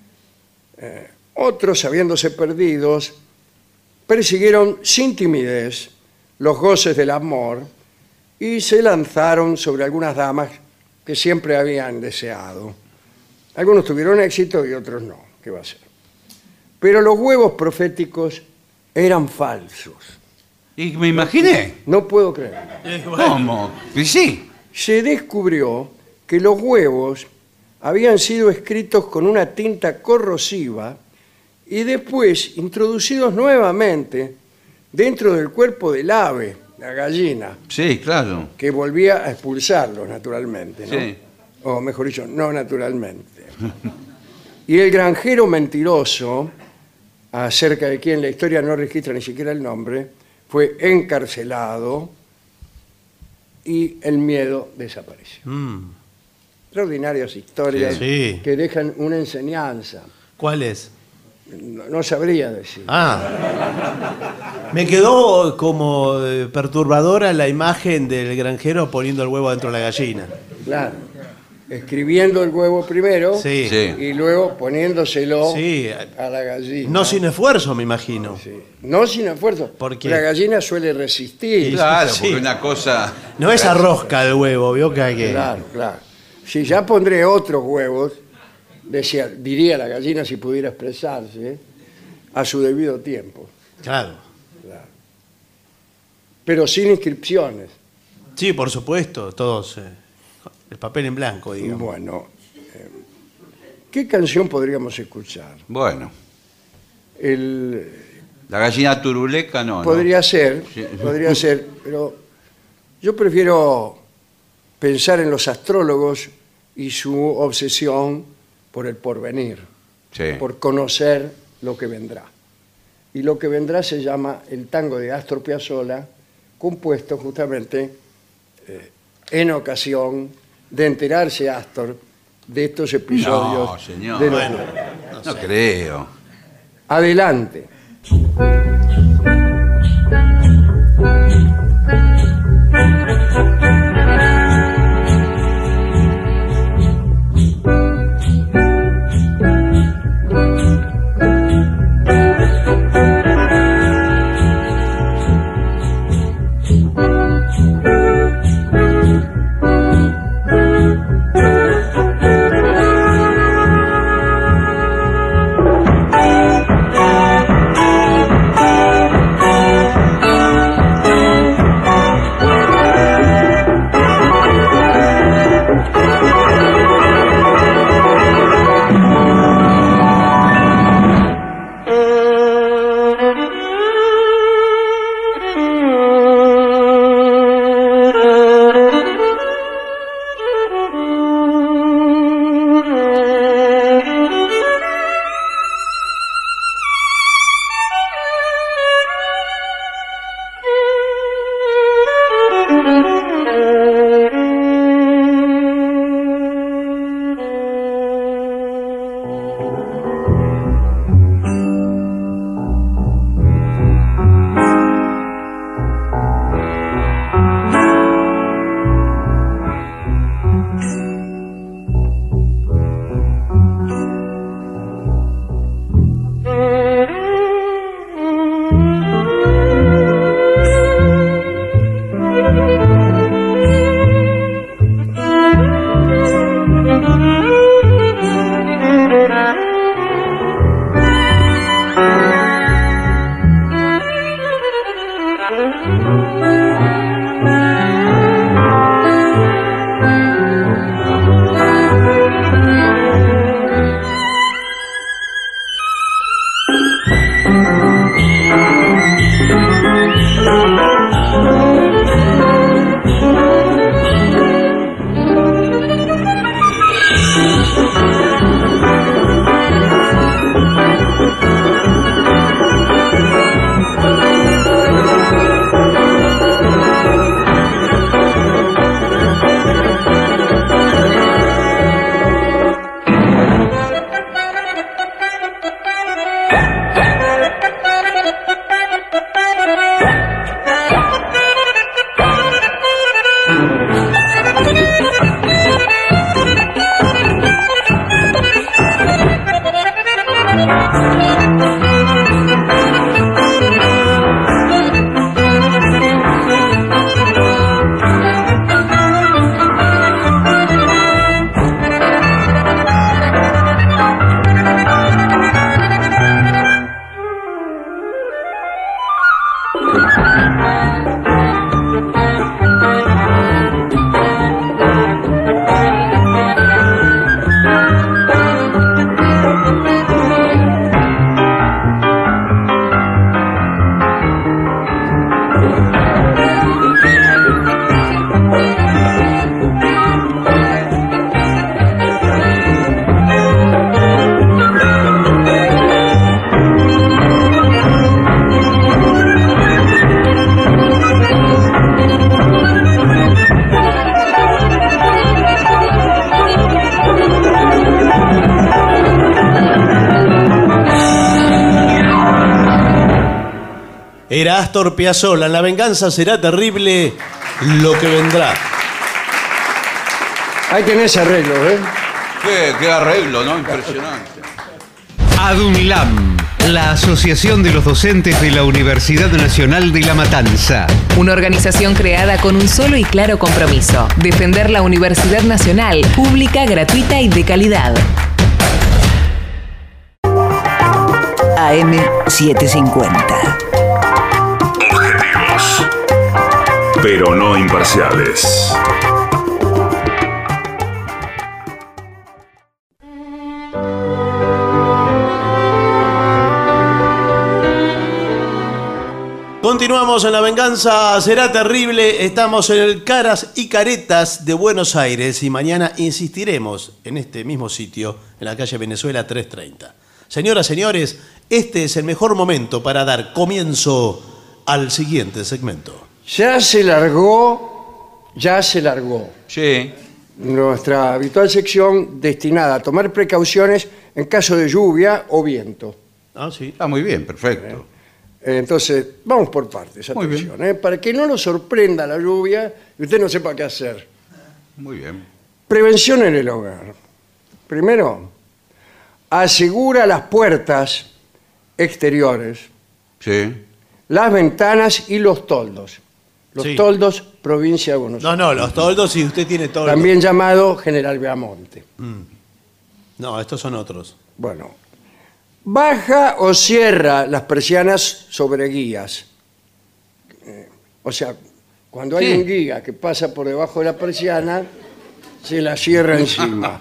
Otros, habiéndose perdidos, persiguieron sin timidez los goces del amor y se lanzaron sobre algunas damas que siempre habían deseado. Algunos tuvieron éxito y otros no. ¿Qué va a ser? Pero los huevos proféticos eran falsos. Y me imaginé. No puedo creer. ¿Cómo? Y sí. Se descubrió que los huevos habían sido escritos con una tinta corrosiva y después introducidos nuevamente dentro del cuerpo del ave, la gallina, Sí, claro. que volvía a expulsarlos naturalmente, ¿no? Sí. O mejor dicho, no naturalmente. Y el granjero mentiroso, acerca de quien la historia no registra ni siquiera el nombre, fue encarcelado y el miedo desapareció. Extraordinarias historias Sí. que dejan una enseñanza. ¿Cuál es? No sabría decir. Me quedó como perturbadora la imagen del granjero poniendo el huevo dentro de la gallina. Claro. escribiendo el huevo primero Sí. Sí. y luego poniéndoselo Sí. a la gallina. No sin esfuerzo, me imagino. Sí. No sin esfuerzo. ¿Por qué? La gallina suele resistir. Claro, Sí. porque una cosa... No es rosca el huevo, vio que hay que... Claro, claro. Si ya pondré otros huevos, diría la gallina si pudiera expresarse, a su debido tiempo. Claro. Pero sin inscripciones. Sí, por supuesto, todos. El papel en blanco, digamos. Bueno, ¿qué canción podríamos escuchar? Bueno, El, la gallina turuleca no. podría ¿no? ser, Sí. podría ser, pero yo prefiero pensar en los astrólogos y su obsesión por el porvenir, Sí. por conocer lo que vendrá. Y lo que vendrá se llama el tango de Astor Piazzolla, compuesto justamente en ocasión de enterarse Astor de estos episodios. No, señor. de los- Bueno, No creo. Adelante. Era Astor Piazzolla. La venganza será terrible, lo que vendrá. Ahí tenés arreglo, ¿eh? Qué arreglo, ¿no? Impresionante. ADUNLAM, la Asociación de los Docentes de la Universidad Nacional de La Matanza. Una organización creada con un solo y claro compromiso: defender la Universidad Nacional, pública, gratuita y de calidad. AM750. Objetivos, pero no imparciales. Continuamos en La Venganza Será Terrible. Estamos en el Caras y Caretas de Buenos Aires y mañana insistiremos en este mismo sitio, en la calle Venezuela 330. Señoras, señores, este es el mejor momento para dar comienzo al siguiente segmento. Ya se largó Sí. nuestra habitual sección destinada a tomar precauciones en caso de lluvia o viento. Ah, sí. Está muy bien, perfecto. Entonces, vamos por partes, Muy atención, para que no lo sorprenda la lluvia y usted no sepa qué hacer. Muy bien. Prevención en el hogar. Primero, asegura las puertas exteriores, Sí. las ventanas y los toldos. Los Sí. toldos, provincia de Buenos Aires. No, los toldos, si usted tiene toldos. También llamado General Beamonte. No, estos son otros. Bueno, baja o cierra las persianas sobre guías. O sea, cuando hay Sí. un guía que pasa por debajo de la persiana, se la cierra encima.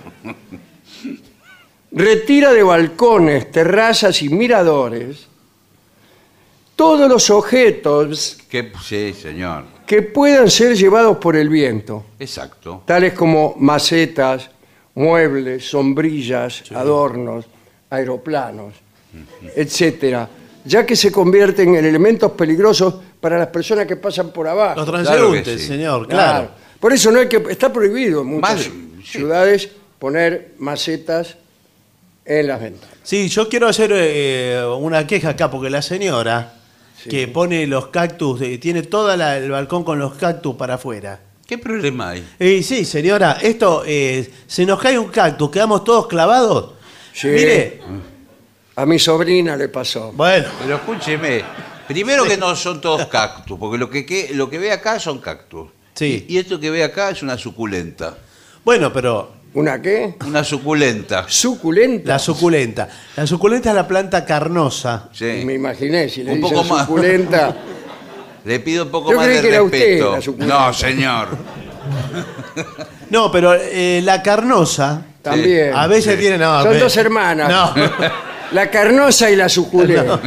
Retira de balcones, terrazas y miradores todos los objetos Sí, señor. que puedan ser llevados por el viento, Exacto. tales como macetas, muebles, sombrillas, adornos, aeroplanos, etcétera, ya que se convierten en elementos peligrosos para las personas que pasan por abajo. Los Claro transeúntes, que sí. señor, claro. Por eso no hay que, está prohibido en muchas Más- sí. ciudades poner macetas en las ventanas. Sí, yo quiero hacer una queja acá, porque la señora que pone los cactus, tiene todo el balcón con los cactus para afuera. ¿Qué problema hay? Y sí, señora, esto, se nos cae un cactus, quedamos todos clavados. Sí. Mire, A mi sobrina le pasó. bueno, Pero escúcheme. Primero que no son todos cactus, porque lo que ve acá son cactus. Sí. Y esto que ve acá es una suculenta. bueno, pero ¿Una qué? Una suculenta. ¿Suculenta? la suculenta. La suculenta es la planta carnosa. Sí. Me imaginé, si le Un dicen poco más. suculenta. Le pido un poco Yo más creí de que era usted respeto. la suculenta. No, señor. No, pero la carnosa También. a veces Sí. tiene... No, Son dos hermanas. No. La carnosa y la suculenta.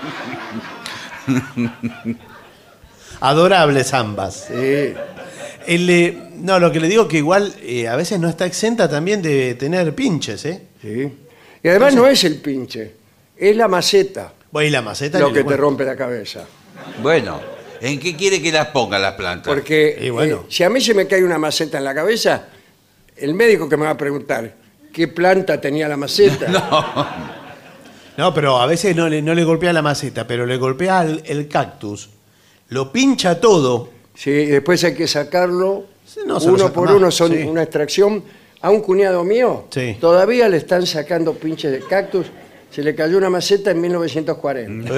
Adorables ambas. Sí. No, lo que le digo que igual a veces no está exenta también de tener pinches, ¿eh? Sí. Y además no es el pinche, es la maceta Bueno, y la maceta... lo que te rompe la cabeza. Bueno, ¿en qué quiere que las ponga las plantas? Porque Y bueno. si a mí se me cae una maceta en la cabeza, el médico que me va a preguntar qué planta tenía la maceta. No, pero a veces no le golpea la maceta, pero le golpea el cactus, lo pincha todo. Sí, y después hay que sacarlo Sí, no, se lo uno saca por más, uno, son sí. una extracción. A un cuñado mío Sí. todavía le están sacando pinches de cactus. Se le cayó una maceta en 1940.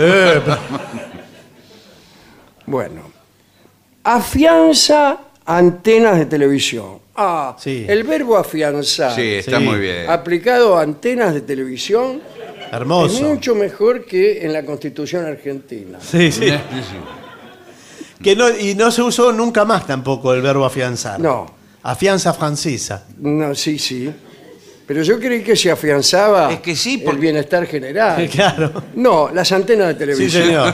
Bueno, afianza antenas de televisión. Ah, Sí. el verbo afianzar Sí, está Sí. muy bien. aplicado a antenas de televisión es Hermoso. mucho mejor que en la Constitución argentina. Sí, sí. Que no, y no se usó nunca más tampoco el verbo afianzar. No. Afianza francesa. No, sí. Pero yo creí que se afianzaba Es que sí, el porque- bienestar general. Claro. No, las antenas de Sí, televisión. señor.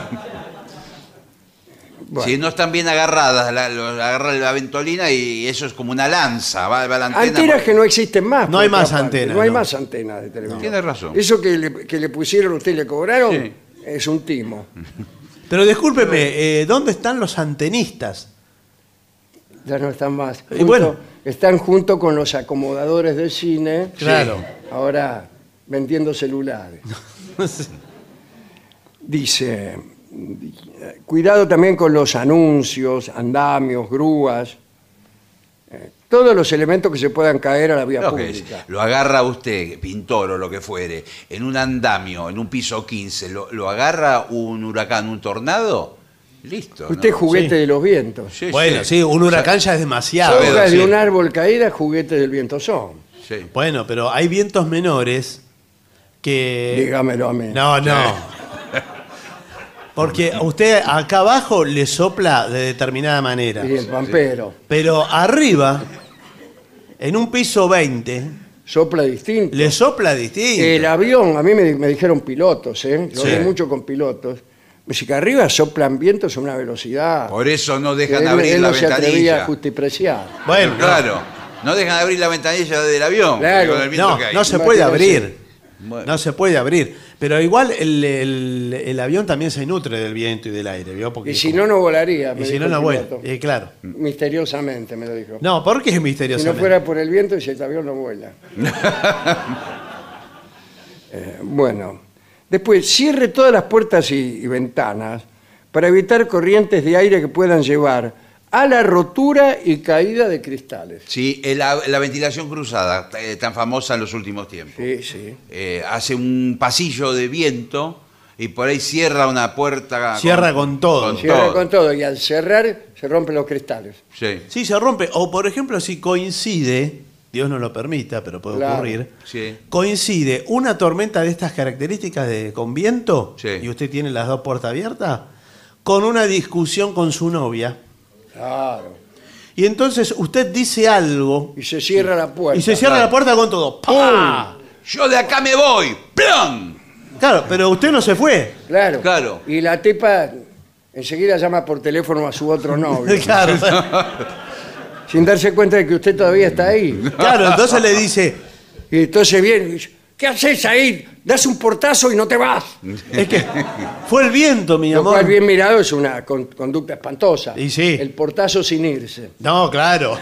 Bueno. Si no están bien agarradas, agarra la ventolina y eso es como una lanza. Va la antena. Antenas que no existen más. No hay por más otra parte. antenas, No hay no. más antenas de televisión. Tiene razón. Eso que le pusieron a usted y le cobraron Sí. es un timo. Pero discúlpeme, ¿dónde están los antenistas? Ya no están más. Y bueno. Están junto con los acomodadores del cine. Claro. Ahora vendiendo celulares. Dice, cuidado también con los anuncios, andamios, grúas. todos los elementos que se puedan caer a la vía Lo que es, pública. lo agarra usted, pintor o lo que fuere, en un andamio, en un piso 15, lo agarra un huracán, un tornado, listo. Usted es ¿no? juguete Sí. de los vientos. Sí, Bueno, sí, un huracán ya es demasiado. Sabe- Hojas sí. de un árbol caída, juguete del viento son. Sí. Bueno, pero hay vientos menores que... Dígamelo a mí. No, no. Porque a usted acá abajo le sopla de determinada manera. Y el pampero. Pero arriba, en un piso 20, Sopla distinto. le sopla distinto. El avión, a mí me dijeron pilotos, ¿eh? Yo Sí. hablé mucho con pilotos. Me dice que arriba soplan vientos a una velocidad. Por eso no que dejan él, abrir él la no se atrevía a ventanilla. justipreciar. Bueno, Claro, no dejan abrir la ventanilla del avión. Claro. Con el viento no, que hay. no se puede Imagínese. abrir. Bueno. No se puede abrir. Pero igual el avión también se nutre del viento y del aire, ¿vio? Porque Y si no, no volaría. y me si dijo no, no el vuela. piloto. Claro. Misteriosamente me lo dijo. No, ¿por qué es Si misterioso? no fuera por el viento, dice el avión no vuela. Bueno, después cierre todas las puertas y ventanas para evitar corrientes de aire que puedan llevar a la rotura y caída de cristales. Sí, la ventilación cruzada, tan famosa en los últimos tiempos. Sí, sí. Hace un pasillo de viento y por ahí cierra una puerta. Cierra con todo. Cierra con todo y al cerrar se rompen los cristales. Sí, Sí, se rompe. O, por ejemplo, si coincide, Dios no lo permita, pero puede Claro. ocurrir, sí. coincide una tormenta de estas características con viento, Sí. y usted tiene las dos puertas abiertas, con una discusión con su novia. Claro. Y entonces usted dice algo Y se cierra la puerta. y se cierra la puerta con todo. ¡Pah! Yo de acá me voy. ¡Plum! Claro, pero usted no se fue. Claro. Claro. Y la tipa enseguida llama por teléfono a su otro novio. Claro, Sin darse cuenta de que usted todavía está ahí. claro, entonces le dice, Y entonces viene y dice, ¿qué haces ahí? Das un portazo y no te vas. es que fue el viento, mi Lo amor. cual bien mirado es una conducta espantosa. Y sí. El portazo sin irse. No, claro.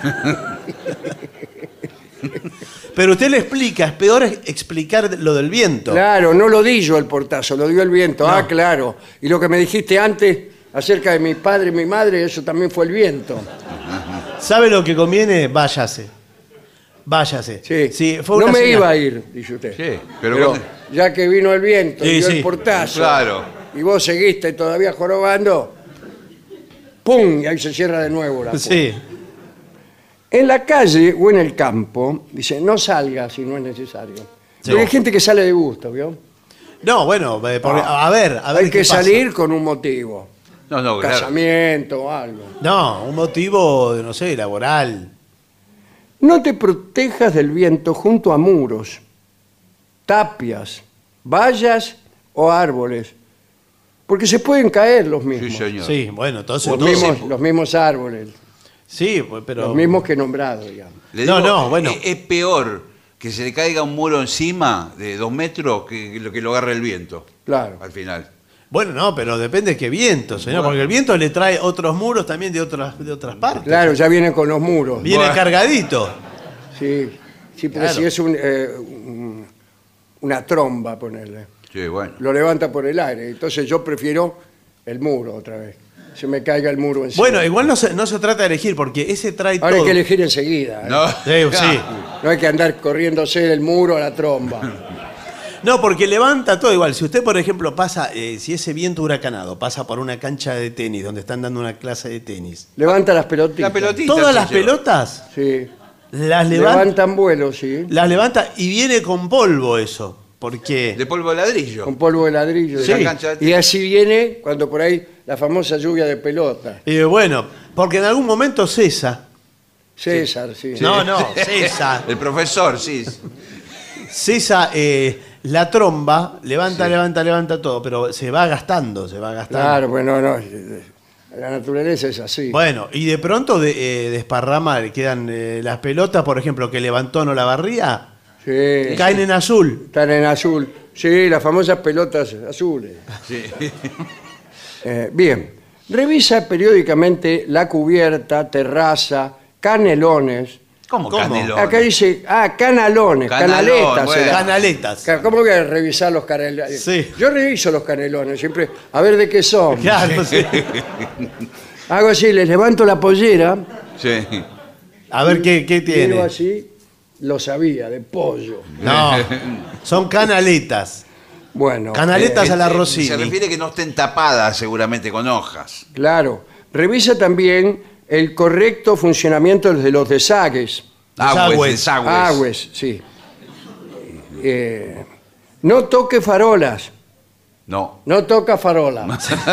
Pero usted le explica, es peor explicar lo del viento. Claro, no lo di yo el portazo, lo dio el viento. No. Ah, claro. Y lo que me dijiste antes acerca de mi padre y mi madre, eso también fue el viento. ¿Sabe lo que conviene? Váyase. Váyase. Sí. Sí, fue no una me señal. iba a ir, dice usted. Sí, pero Pero con- ya que vino el viento y Sí, dio sí. el portazo, Claro. y vos seguiste todavía jorobando, ¡pum! Y ahí se cierra de nuevo la puerta. Sí. En la calle o en el campo, dice, no salga si no es necesario. Pero hay gente que sale de gusto, ¿vio? No, bueno, porque- a ver Hay qué que pasa. salir con un motivo. No, claro. Casamiento o algo. No, un motivo, no sé, laboral. No te protejas del viento junto a muros, tapias, vallas o árboles, porque se pueden caer los Sí, mismos. señor. Sí, bueno, entonces... Los no- mismos árboles, Sí, pero... los mismos que he nombrado, digamos. Le No, bueno. Es peor que se le caiga un muro encima de 2 metros que lo agarre el viento. Claro. Al final. Bueno, no, pero depende de qué viento, señor, porque el viento le trae otros muros también de otras partes. Claro, ya vienen con los muros. Viene Bueno. cargadito. Sí, sí, porque Claro. si es una tromba, ponerle. Sí, bueno. Lo levanta por el aire. Entonces yo prefiero el muro otra vez. Se me caiga el muro encima. Bueno, igual no se trata de elegir, porque ese trae Ahora hay todo. que elegir enseguida. ¿eh? No. Sí. No hay que andar corriéndose del muro a la tromba. No, porque levanta todo igual. Si usted, por ejemplo, pasa, si ese viento huracanado pasa por una cancha de tenis, donde están dando una clase de tenis, Levanta las pelotitas. La pelotita. todas se las lleva. pelotas Sí. las levanta, Levantan vuelo, sí. las levanta y viene con polvo eso. Porque De polvo de ladrillo. Con polvo de ladrillo. Sí. Sí. La cancha de Y así viene cuando por ahí la famosa lluvia de pelota. bueno, porque en algún momento cesa. César, sí. No, cesa. El profesor, sí. Cesa la tromba, levanta todo, pero se va gastando. Claro, bueno, no. La naturaleza es así. Bueno, y de pronto desparrama, le quedan las pelotas, por ejemplo, que levantó no la barría, Sí. caen en azul. Están en azul. Sí, las famosas pelotas azules. Sí. Bien. Revisa periódicamente la cubierta, terraza, canelones. ¿Cómo, ¿Cómo? canelón? Acá dice, canalones, Canalón, canaletas. bueno. será. Canaletas. ¿Cómo voy a revisar los canelones? Sí. Yo reviso los canelones, siempre, a ver de qué son. Claro, sí. Hago así, les levanto la pollera, Sí. A ver, ¿qué Digo tiene? así, lo sabía, de pollo. No, son canaletas. Bueno, Canaletas a la Rossini. Se refiere que no estén tapadas seguramente con hojas. claro. Revisa también el correcto funcionamiento de los desagües. Desagües. Agües, sí. No toque farolas. No. No toca farolas.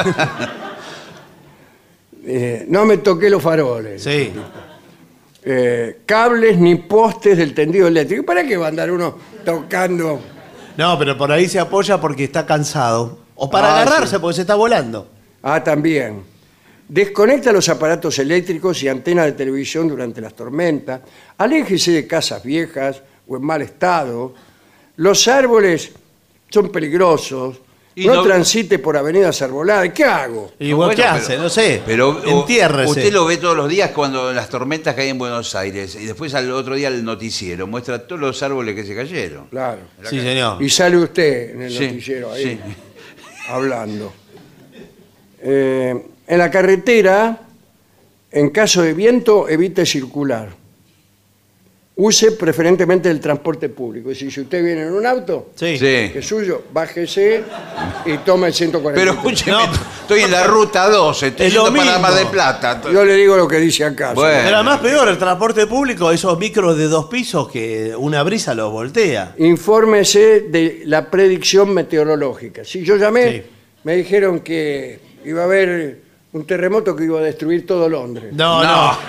No me toqué los faroles. Sí. Cables ni postes del tendido eléctrico. ¿Para qué va a andar uno tocando? No, pero por ahí se apoya porque está cansado. O para Ah, agarrarse sí. porque se está volando. Ah, también. Desconecta los aparatos eléctricos y antenas de televisión durante las tormentas. Aléjese de casas viejas o en mal estado. Los árboles son peligrosos. Y No no- transite por avenidas arboladas. ¿Qué hago? ¿Y No, vos bueno, qué pero- hace? No sé. Pero Entiérrese. usted lo ve todos los días cuando las tormentas que hay en Buenos Aires y después al otro día el noticiero muestra todos los árboles que se cayeron. Claro. Sí, señor. Y sale usted en el Sí, noticiero ahí, sí. hablando. En la carretera, en caso de viento, evite circular. Use preferentemente el transporte público. Es decir, si usted viene en un auto, Sí. Sí. que es suyo, bájese y tome el 140. Pero escúcheme, No. estoy en la ruta 12, estoy Es lo yendo para mismo. Mar del Plata. Yo le digo lo que dice acá. Bueno. señor. Pero además peor, el transporte público, esos micros de 2 pisos que una brisa los voltea. Infórmese de la predicción meteorológica. Si yo llamé, Sí. me dijeron que iba a haber un terremoto que iba a destruir todo Londres. No, No. no.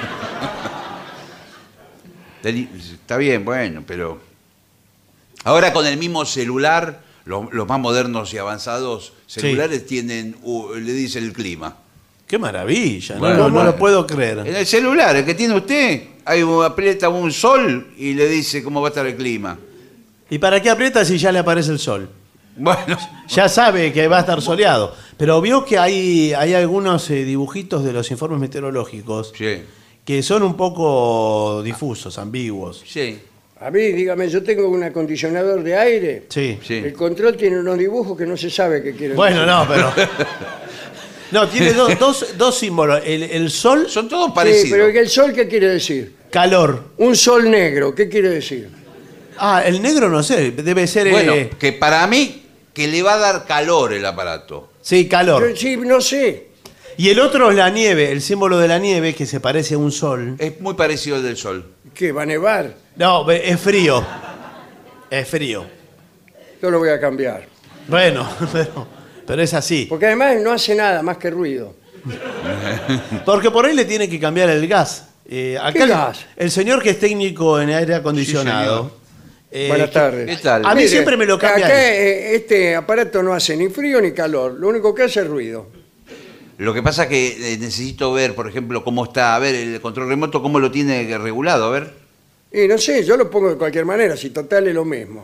Está bien, bueno, pero... Ahora con el mismo celular, los más modernos y avanzados celulares tienen, le dice el clima. Qué maravilla, Bueno, no bueno. lo puedo creer. En el celular, el que tiene usted, aprieta un sol y le dice cómo va a estar el clima. ¿Y para qué aprieta si ya le aparece el sol? Bueno, Ya sabe que va a estar soleado. Pero vio que hay algunos dibujitos de los informes meteorológicos sí, que son un poco difusos, ambiguos. sí, A mí, dígame, yo tengo un acondicionador de aire. Sí. sí. El control tiene unos dibujos que no se sabe qué quieren Bueno, decir. no, pero... No, tiene dos símbolos. El sol, Son todos Sí, parecidos. pero el sol, ¿qué quiere decir? calor. Un sol negro, ¿qué quiere decir? Ah, el negro no sé, debe ser... Bueno, que para mí, que le va a dar calor el aparato. Sí, calor. Yo, sí, no sé. Y el otro es la nieve, el símbolo de la nieve que se parece a un sol. Es muy parecido al del sol. ¿Qué, va a nevar? No, es frío. Es frío. Yo lo voy a cambiar. Bueno, pero es así. Porque además no hace nada más que ruido. Porque por ahí le tiene que cambiar el gas. Acá ¿Qué gas? El señor que es técnico en aire acondicionado. Buenas tardes. ¿Qué tal? A mí siempre me lo cambia Acá él. este aparato no hace ni frío ni calor. Lo único que hace es ruido. Lo que pasa es que necesito ver, por ejemplo, cómo está, a ver, el control remoto, cómo lo tiene regulado, a ver. Y no sé, yo lo pongo de cualquier manera, si total es lo mismo.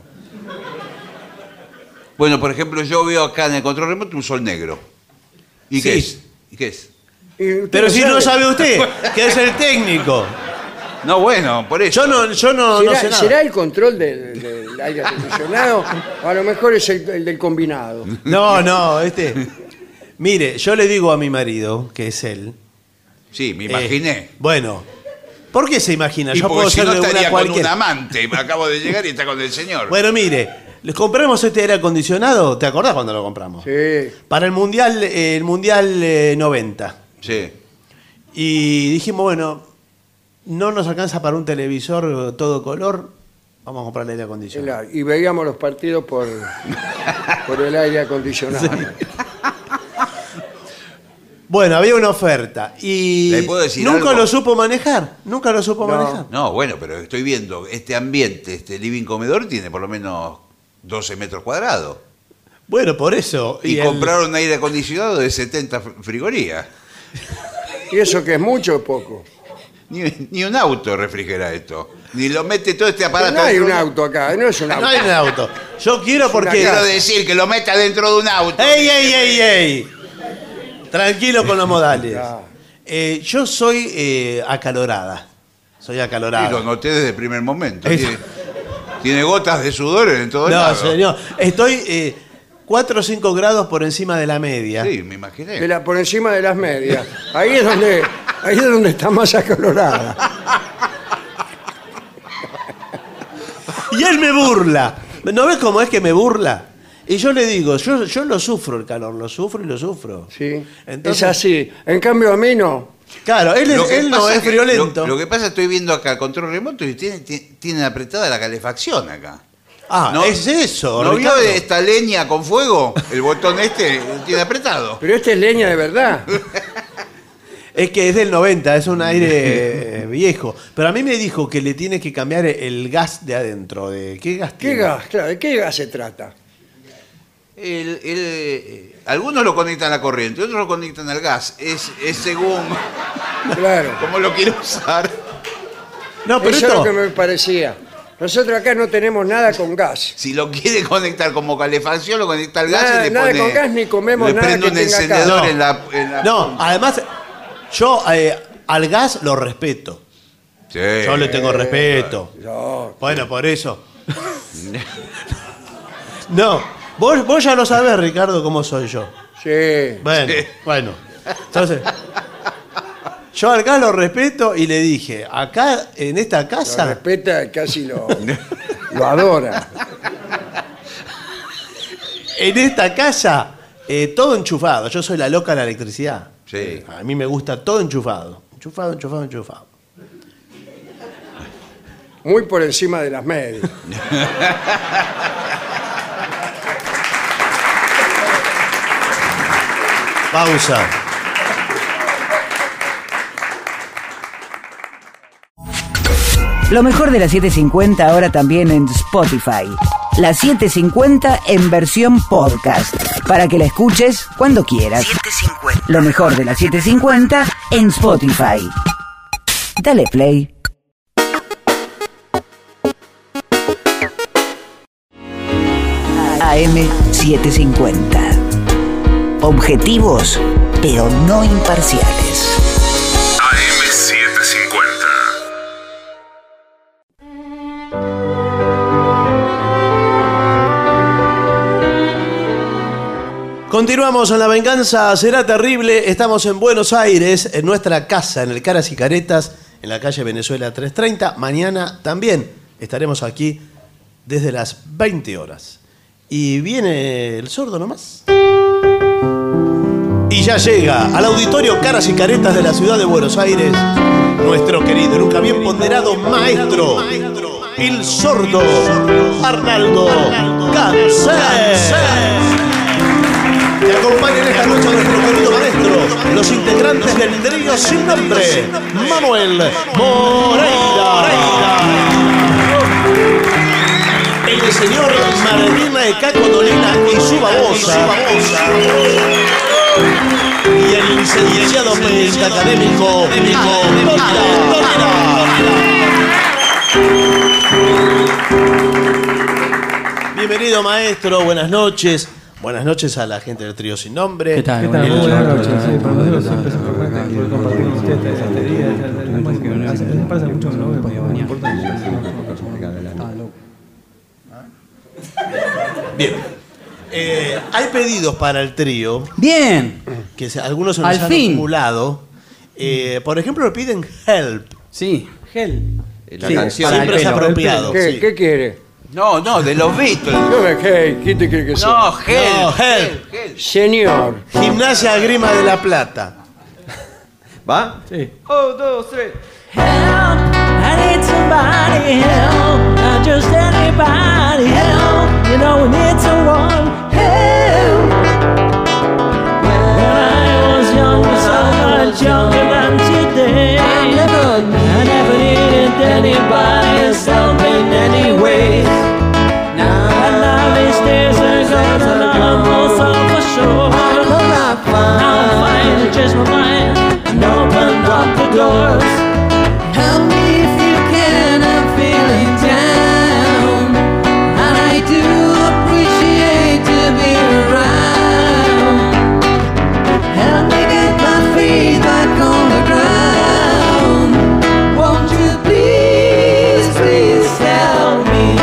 Bueno, por ejemplo, yo veo acá en el control remoto un sol negro. ¿Y qué Sí. es? ¿Y qué es? Y usted Pero lo si no sabe usted, que es el técnico. No, bueno, por eso. Yo no ¿Será, sé nada. será el control del aire acondicionado? O a lo mejor es el del combinado. No, Mire, yo le digo a mi marido, que es él. Sí, me imaginé. Bueno, ¿por qué se imagina? Y Yo porque puedo si ser no de estaría una con cualquiera. un amante. Acabo de llegar y está con el señor. Bueno, mire, les compramos este aire acondicionado, ¿te acordás cuando lo compramos? Sí. Para el Mundial 90. Sí. Y dijimos, bueno, no nos alcanza para un televisor todo color, vamos a comprar el aire acondicionado. Y veíamos los partidos por el aire acondicionado. Bueno, había una oferta y ¿Le puedo decir nunca algo? lo supo manejar, nunca lo supo No. manejar. No, bueno, pero estoy viendo, este ambiente, este living comedor tiene por lo menos 12 metros cuadrados. Bueno, por eso. Y el- compraron aire acondicionado de 70 frigorías. ¿Y eso que es mucho o poco? Ni un auto refrigera esto. Ni lo mete todo este Pero aparato. no hay un dentro de auto acá, no es un auto. No hay un auto. Yo quiero porque... Quiero decir que lo meta dentro de un auto. ¡Ey, ey, ey, ey! Tranquilo con los modales. Ya. Yo soy acalorada. Soy Y lo acalorada. noté desde el primer momento. Es- Tiene gotas de sudor en todo el No, lado. señor. Estoy 4 o 5 grados por encima de la media. Sí, me imaginé. Por encima de las medias. Ahí es donde está más acalorada. Y él me burla. ¿No ves cómo es que me burla? Y yo le digo, yo lo sufro el calor, lo sufro y lo sufro. Sí, Entonces- es así. En cambio a mí no. Claro, él no es que- friolento. Lo que pasa es que estoy viendo acá el control remoto y tienen apretada la calefacción acá. Ah, No- es eso, ¿No vio Ricardo. esta leña con fuego? El botón este tiene apretado. Pero esta es leña de verdad. Es que es del 90, es un aire viejo. Pero a mí me dijo que le tiene que cambiar el gas de adentro. ¿Qué gas ¿Qué tiene? gas? Claro, ¿de qué gas se trata? Algunos lo conectan a la corriente, otros lo conectan al gas. Es según Claro. cómo lo quiere usar. No, pero Eso es esto... lo que me parecía. Nosotros acá no tenemos nada con gas. Si lo quiere conectar como calefacción, lo conecta al gas Nada- y le nada pone... con gas ni comemos le nada prende que un tenga encendedor gas. en la... No, además, yo al gas lo respeto. Sí. Yo le tengo respeto. No, Bueno, por eso. No, vos ya lo sabés, Ricardo, cómo soy yo. sí. Bueno, bueno. Entonces, yo al gas lo respeto y le dije, acá, en esta Lo casa, respeta, casi lo adora. en esta casa, todo enchufado. Yo soy la loca de la electricidad. Sí. A mí me gusta todo enchufado. Enchufado, enchufado, enchufado. Muy por encima de las medias. Pausa. Lo mejor de la 750 ahora también en Spotify. La 750 en versión podcast. Para que la escuches cuando quieras. Lo mejor de la 750 en Spotify. Dale play. AM750. Objetivos, pero no imparciales. AM750. Continuamos en La Venganza Será Terrible. Estamos en Buenos Aires, en nuestra casa, en el Caras y Caretas, en la calle Venezuela 330. Mañana también estaremos aquí desde las 20 horas. Y viene el sordo nomás. Y ya llega al auditorio Caras y Caretas de la ciudad de Buenos Aires nuestro querido, nunca bien ponderado maestro, el sordo Arnaldo Gansé. Te acompañan esta noche nuestro querido maestro, los integrantes del trío sin nombre, Manuel Moreira, el señor Martina de Caco Dolina y su babosa, y el licenciado académico Bienvenido maestro, buenas noches. Buenas noches a la gente del trío sin nombre. ¿Qué tal? Buenas noches. Sí, para nosotros siempre es un placer poder compartir con ustedes esta teoría. Me parece mucho que no veo, pero no importa. Bien. Hay pedidos para el trío. Bien. Que algunos se nos Al han fin. acumulado. Por ejemplo, piden Help. Sí. Gel. La canción. para el Siempre es pelo. apropiado. ¿Qué, sí. qué quiere? No, de los Beatles. Yo me ¿qué te cree que sea? No, Help. No, Help. Help. Señor. Gimnasia Grima de la Plata. ¿Va? Sí. Help, I need somebody help, not just anybody help. You know we need someone help. When I was younger, so much younger than today, I never needed anybody's help in any way. Now these days are gone and I'm more self-assured. Now I'm fine, just my mind and opened up the doors. Help me if you can, I'm feeling down, and I do appreciate to be around. Help me get my feet back on the ground. Won't you please, please help me?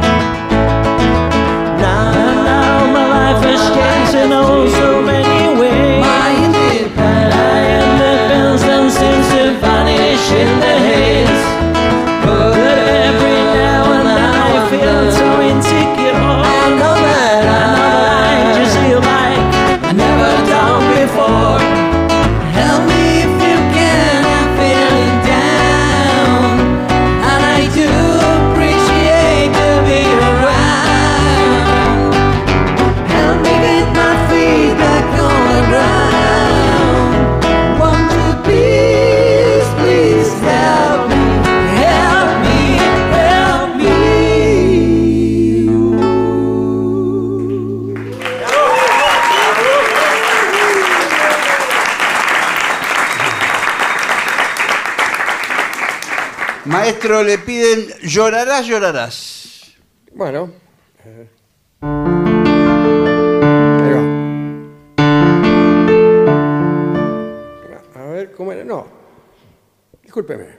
Now my life has changed in oh so many ways. My independence seems to vanish Maestro, le piden llorarás, llorarás. Bueno. Ahí va. A ver, ¿cómo era? No. Discúlpeme.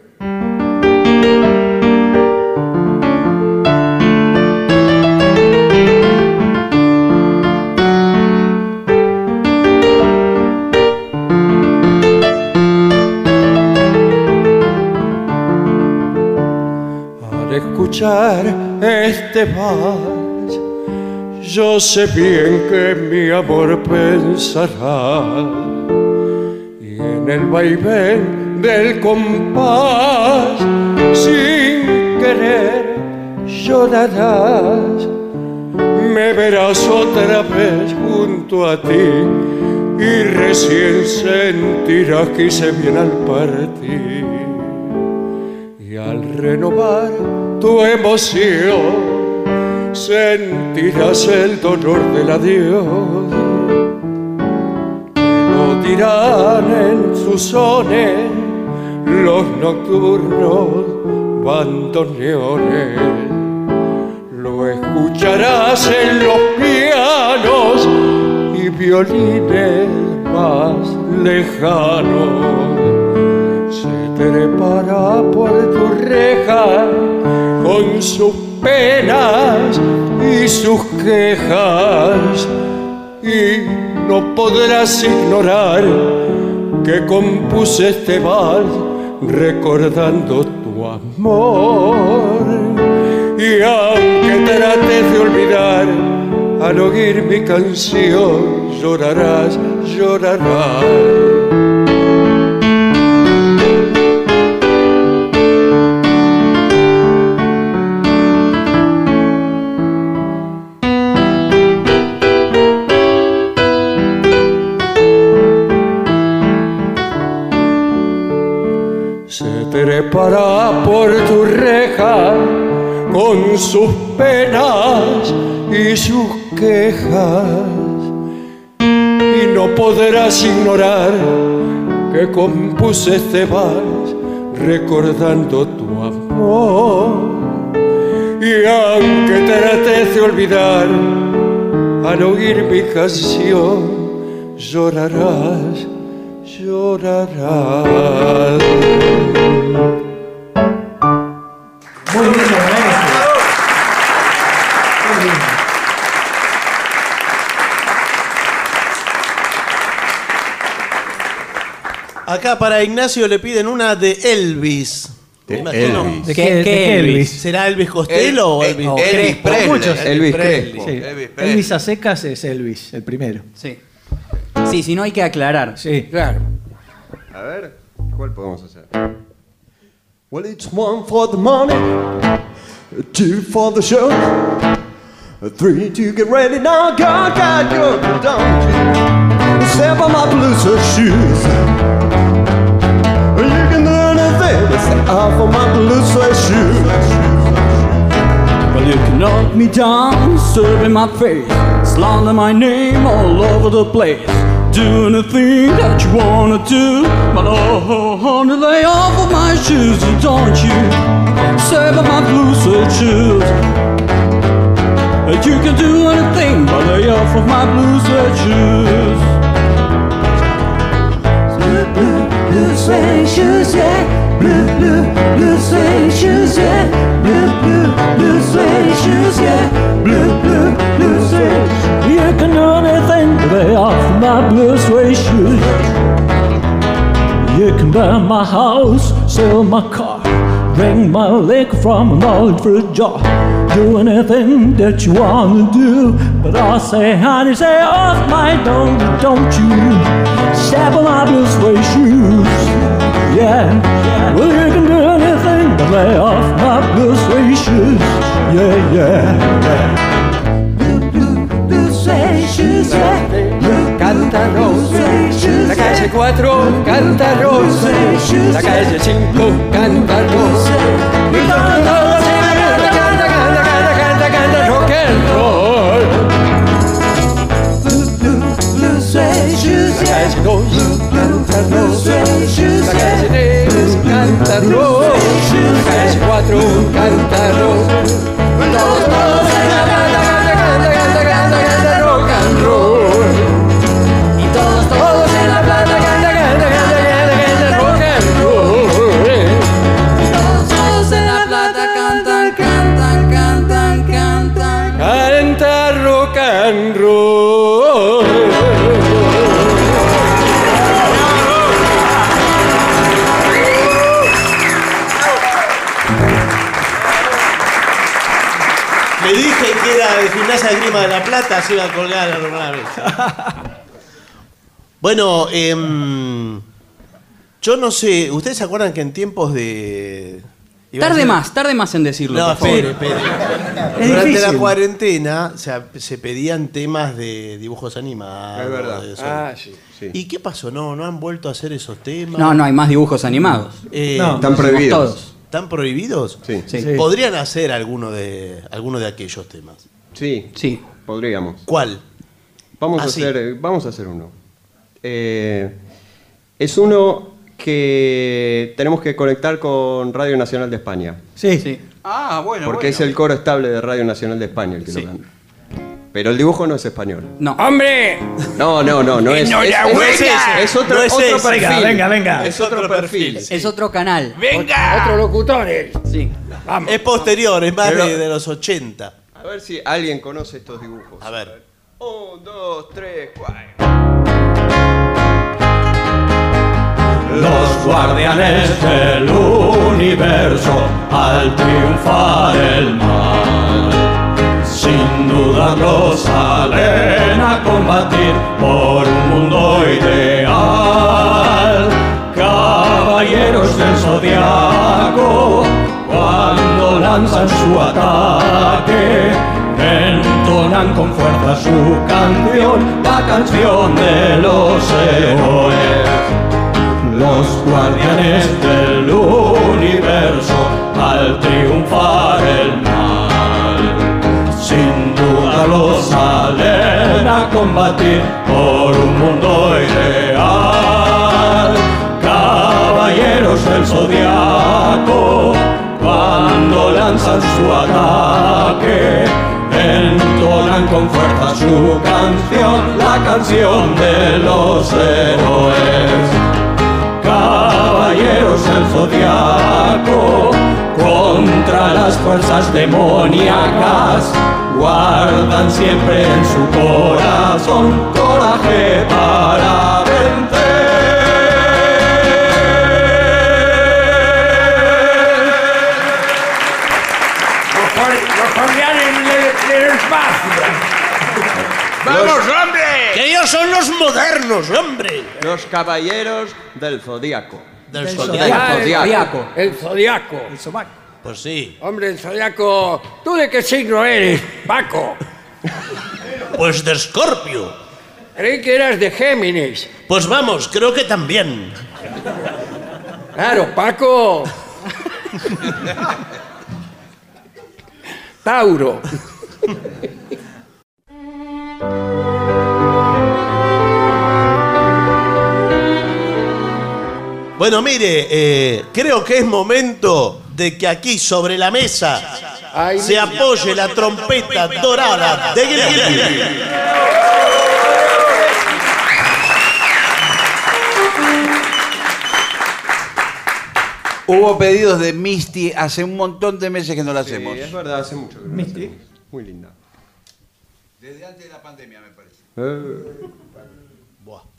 Escuchar este vals, yo sé bien que mi amor pensará, y en el vaivén del compás, sin querer llorarás, me verás otra vez junto a ti, y recién sentirás que hice bien al partir. Y al renovar tu emoción, sentirás el dolor del adiós. Lo dirán en sus sones los nocturnos bandoneones. Lo escucharás en los pianos y violines más lejanos. Trepará por tu reja con sus penas y sus quejas, y no podrás ignorar que compuse este vals recordando tu amor. Y aunque trates de olvidar, al oír mi canción llorarás, llorarás. Trepará por tu reja con sus penas y sus quejas, y no podrás ignorar que compuse este vals recordando tu amor. Y aunque trates de olvidar, al oír mi canción llorarás, llorarás. Muy bien, maestro. Muy bien. Acá para Ignacio le piden una de Elvis. Me imagino. Elvis. ¿De qué Elvis? ¿Será Elvis Costello o Elvis? Elvis Presley. Muchos. Elvis Presley. Crespo. Sí. Elvis Presley. Elvis a secas es Elvis, el primero. Sí. Sí, si no hay que aclarar. Sí. Claro. A ver, ¿cuál podemos hacer? Well, it's 1 for the money, 2 for the show, 3 to get ready. Now, God, go, don't you step on my blue suede shoes. You can do anything but step off on my blue suede shoes. Well, you can knock me down, serve in my face, slander my name all over the place. Do anything that you wanna do, but oh, honey, lay off of my shoes, don't you? Save my blue suede shoes. You can do anything, but lay off of my blue suede shoes. Blue suede shoes, yeah. Blue suede shoes, yeah. Blue suede shoes, yeah. Blue suede. You can do anything, but lay off of my blue suede shoes. You can burn my house, sell my car, drink my liquor from an old fruit jar. Do anything that you wanna do, but I say, honey, say off my don't you step on my blue suede shoes. Yeah, well, you can do anything but lay off my blue suede shoes. Yeah, yeah, yeah. Blue suede shoes, yeah. Canta Rosa, la calle 4 canta Rosa, la calle 5 canta Rosa, y todo canta rock and roll. Blue suede shoes, La calle 2 canta Rosa, la calle 3 canta Rosa, la calle Grima de la Plata se iba a colgar alguna vez. Bueno, yo no sé, ¿ustedes se acuerdan que en tiempos de... Tarde más en decirlo. No, por favor. espere. Es Durante difícil. la cuarentena se pedían temas de dibujos animados. Es verdad. de eso. Sí. ¿Y qué pasó? ¿No han vuelto a hacer esos temas? No hay más dibujos animados. No. Están prohibidos. Todos. ¿Están prohibidos? Sí. ¿Podrían hacer alguno de aquellos temas? Sí. Podríamos. ¿Cuál? Vamos a hacer uno. Es uno que tenemos que conectar con Radio Nacional de España. Sí. Ah, bueno. Porque es el coro estable de Radio Nacional de España el que lo canta. Pero el dibujo no es español. No. ¡Hombre! No es. Es otro perfil. Venga. Es otro perfil. Es otro canal. Otros locutores. Sí. Vamos. Es posterior, es más Pero- de los 80. A ver si alguien conoce estos dibujos. A ver. 1, 2, 3, 4. Los guardianes del universo al triunfar el mal, sin dudarlo salen a combatir por un mundo ideal. Caballeros del zodiaco, cuando lanzan su ataque, entonan con fuerza su canción, la canción de los héroes. Los guardianes del universo al triunfar el mal, sin duda lo salen a combatir por un mundo ideal. Caballeros del zodiaco, cuando lanzan su ataque, entonan con fuerza su canción, la canción de los héroes. Caballeros del zodiaco, contra las fuerzas demoníacas, guardan siempre en su corazón coraje para vencer. Los guardianes del espacio. ¡Vamos, hombre! ¡Que ellos son los modernos, hombre! Los caballeros del zodiaco. Del El zodiaco. zodiaco. Pues sí. Hombre, el zodiaco. ¿Tú de qué signo eres, Paco? Pues de Escorpio. Creí que eras de Géminis. Pues vamos, creo que también. Claro, Paco. Tauro. Bueno, mire, creo que es momento de que aquí sobre la mesa se apoye la trompeta dorada de Guillermo. Hubo pedidos de Misty hace un montón de meses que no lo hacemos. Es verdad, hace mucho que no lo hacemos. Muy linda. Desde antes de la pandemia, me parece. Buah.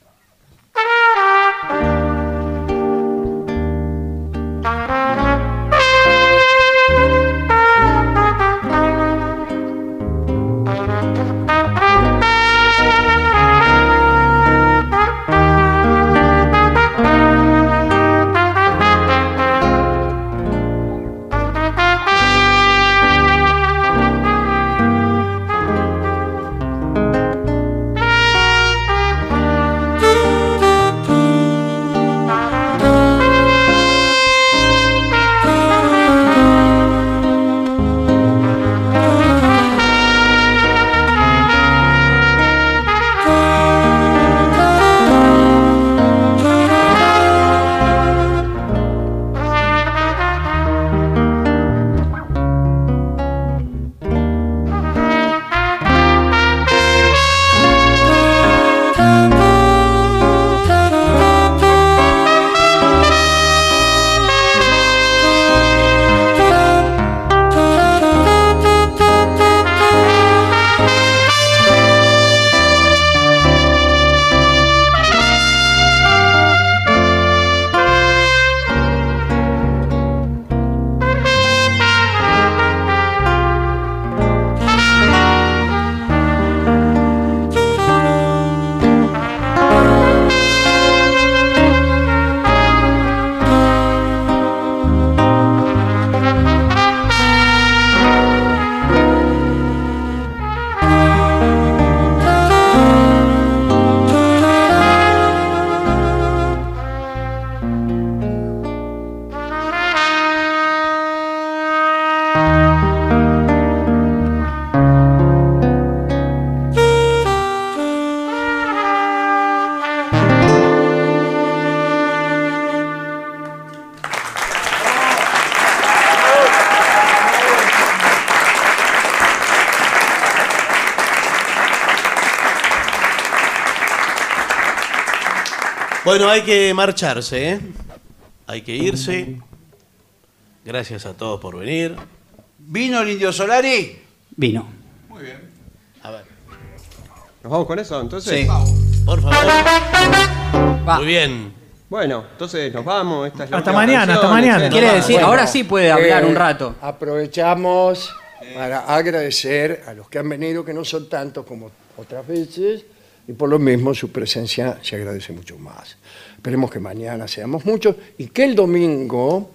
Bueno, hay que marcharse, ¿eh? Hay que irse. Gracias a todos por venir. ¿Vino el Indio Solari? Vino. Muy bien. A ver. ¿Nos vamos con eso entonces? Sí. Por favor. Va. Muy bien. Bueno, entonces nos vamos. Esta es la Hasta última mañana, hasta canción, mañana. etcétera. Quiere decir, Bueno, ahora sí puede hablar un rato. Aprovechamos para agradecer a los que han venido, que no son tantos como otras veces, y por lo mismo su presencia se agradece mucho más. Esperemos que mañana seamos muchos y que el domingo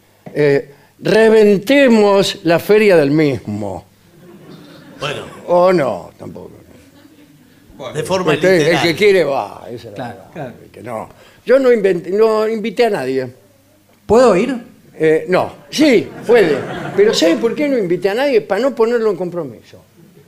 reventemos la feria del mismo. Bueno, O no, tampoco. de forma Usted, el literal. que quiere va, esa es la Claro, verdad. claro. El que no. Yo no invité a nadie. ¿Puedo ir? No, sí, puede. Pero ¿sabe por qué no invité a nadie? Para no ponerlo en compromiso.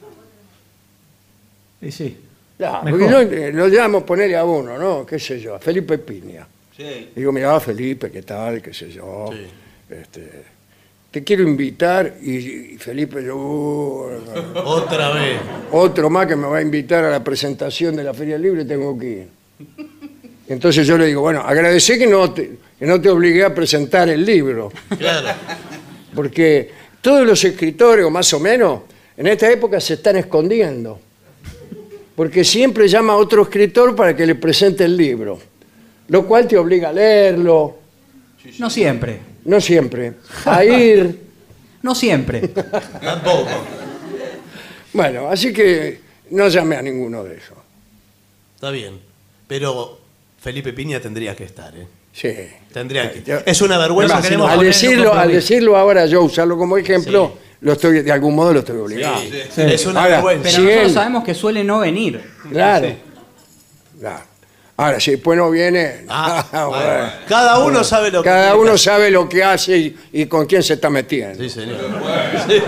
Y sí. Claro, Mejor. porque lo llamo ponerle a uno, ¿no? ¿Qué sé yo? A Felipe Piña. Sí. Digo, mira, Felipe, ¿qué tal? ¿Qué sé yo? Te quiero invitar y Felipe, Otra vez. otro más que me va a invitar a la presentación de la Feria Libre, tengo que ir. Entonces yo le digo, bueno, agradecí que no te obligué a presentar el libro, Claro. porque todos los escritores, o más o menos, en esta época se están escondiendo, porque siempre llama a otro escritor para que le presente el libro, lo cual te obliga a leerlo, No siempre. no siempre, a ir. No siempre. Tampoco. Bueno, así que no llamé a ninguno de esos. Está bien. Pero Felipe Piña tendría que estar, ¿eh? Sí. Tendría que. Es una vergüenza. Además, si no- queremos Al decirlo ahora, yo usarlo como ejemplo, Sí. de algún modo lo estoy obligando. Sí. Es una Ahora, vergüenza. Pero Si nosotros él- sabemos que suele no venir. Claro. Claro. Ahora, si después no viene, bueno. Cada uno sabe lo que Cada tiene uno que sabe lo que hace y con quién se está metiendo. Sí, señor. Sí.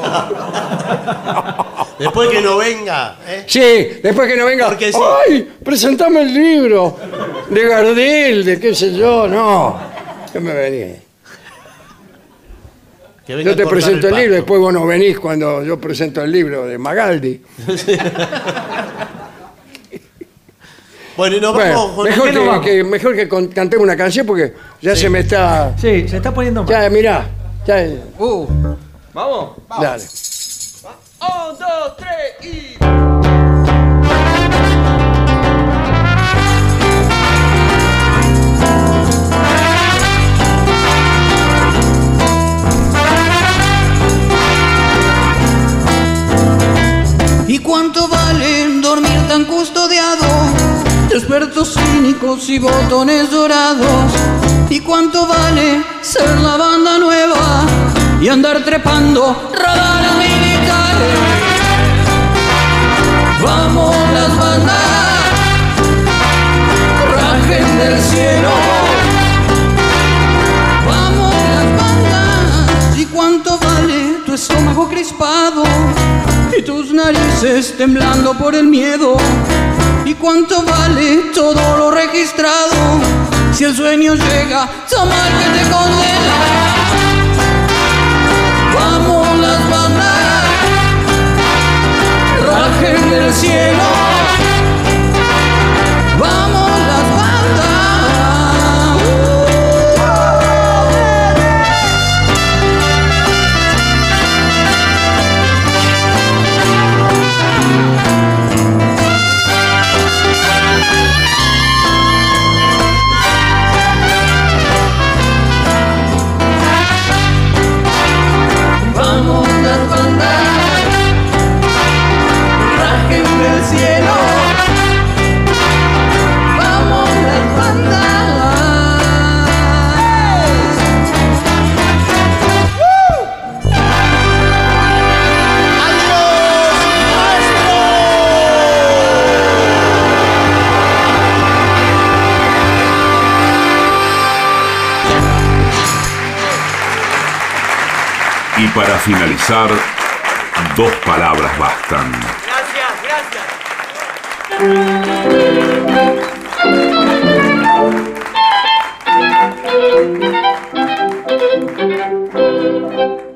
Después que no venga, ¿eh? Sí, después que no venga, Porque sí. ¡ay! Presentame el libro de Gardel, de qué sé yo, no. ¿Qué me venís? Que venga Yo te a cortar presento el pasto. libro, después vos no venís cuando yo presento el libro de Magaldi. Bueno, y nos Bueno, vamos con mejor ¿qué nos vamos? mejor que cantemos una canción porque ya se me está... Sí, se está poniendo mal. Ya, mirá. Ya, ¿Vamos? dale. 1, 2, 3 y... ¿Y cuánto vale dormir tan custodiado? De expertos cínicos y botones dorados. ¿Y cuánto vale ser la banda nueva y andar trepando radares militares? Vamos las bandas, rajen del cielo. Vamos las bandas. ¿Y cuánto vale tu estómago crispado y tus narices temblando por el miedo? ¿Y cuánto vale todo lo registrado si el sueño llega tan mal que te condena? Vamos las bandas, rajen del cielo. Vamos las bandas. Vamos las bandas, rajen del cielo. Vamos las bandas. Y para finalizar, 2 palabras bastan. Gracias, gracias.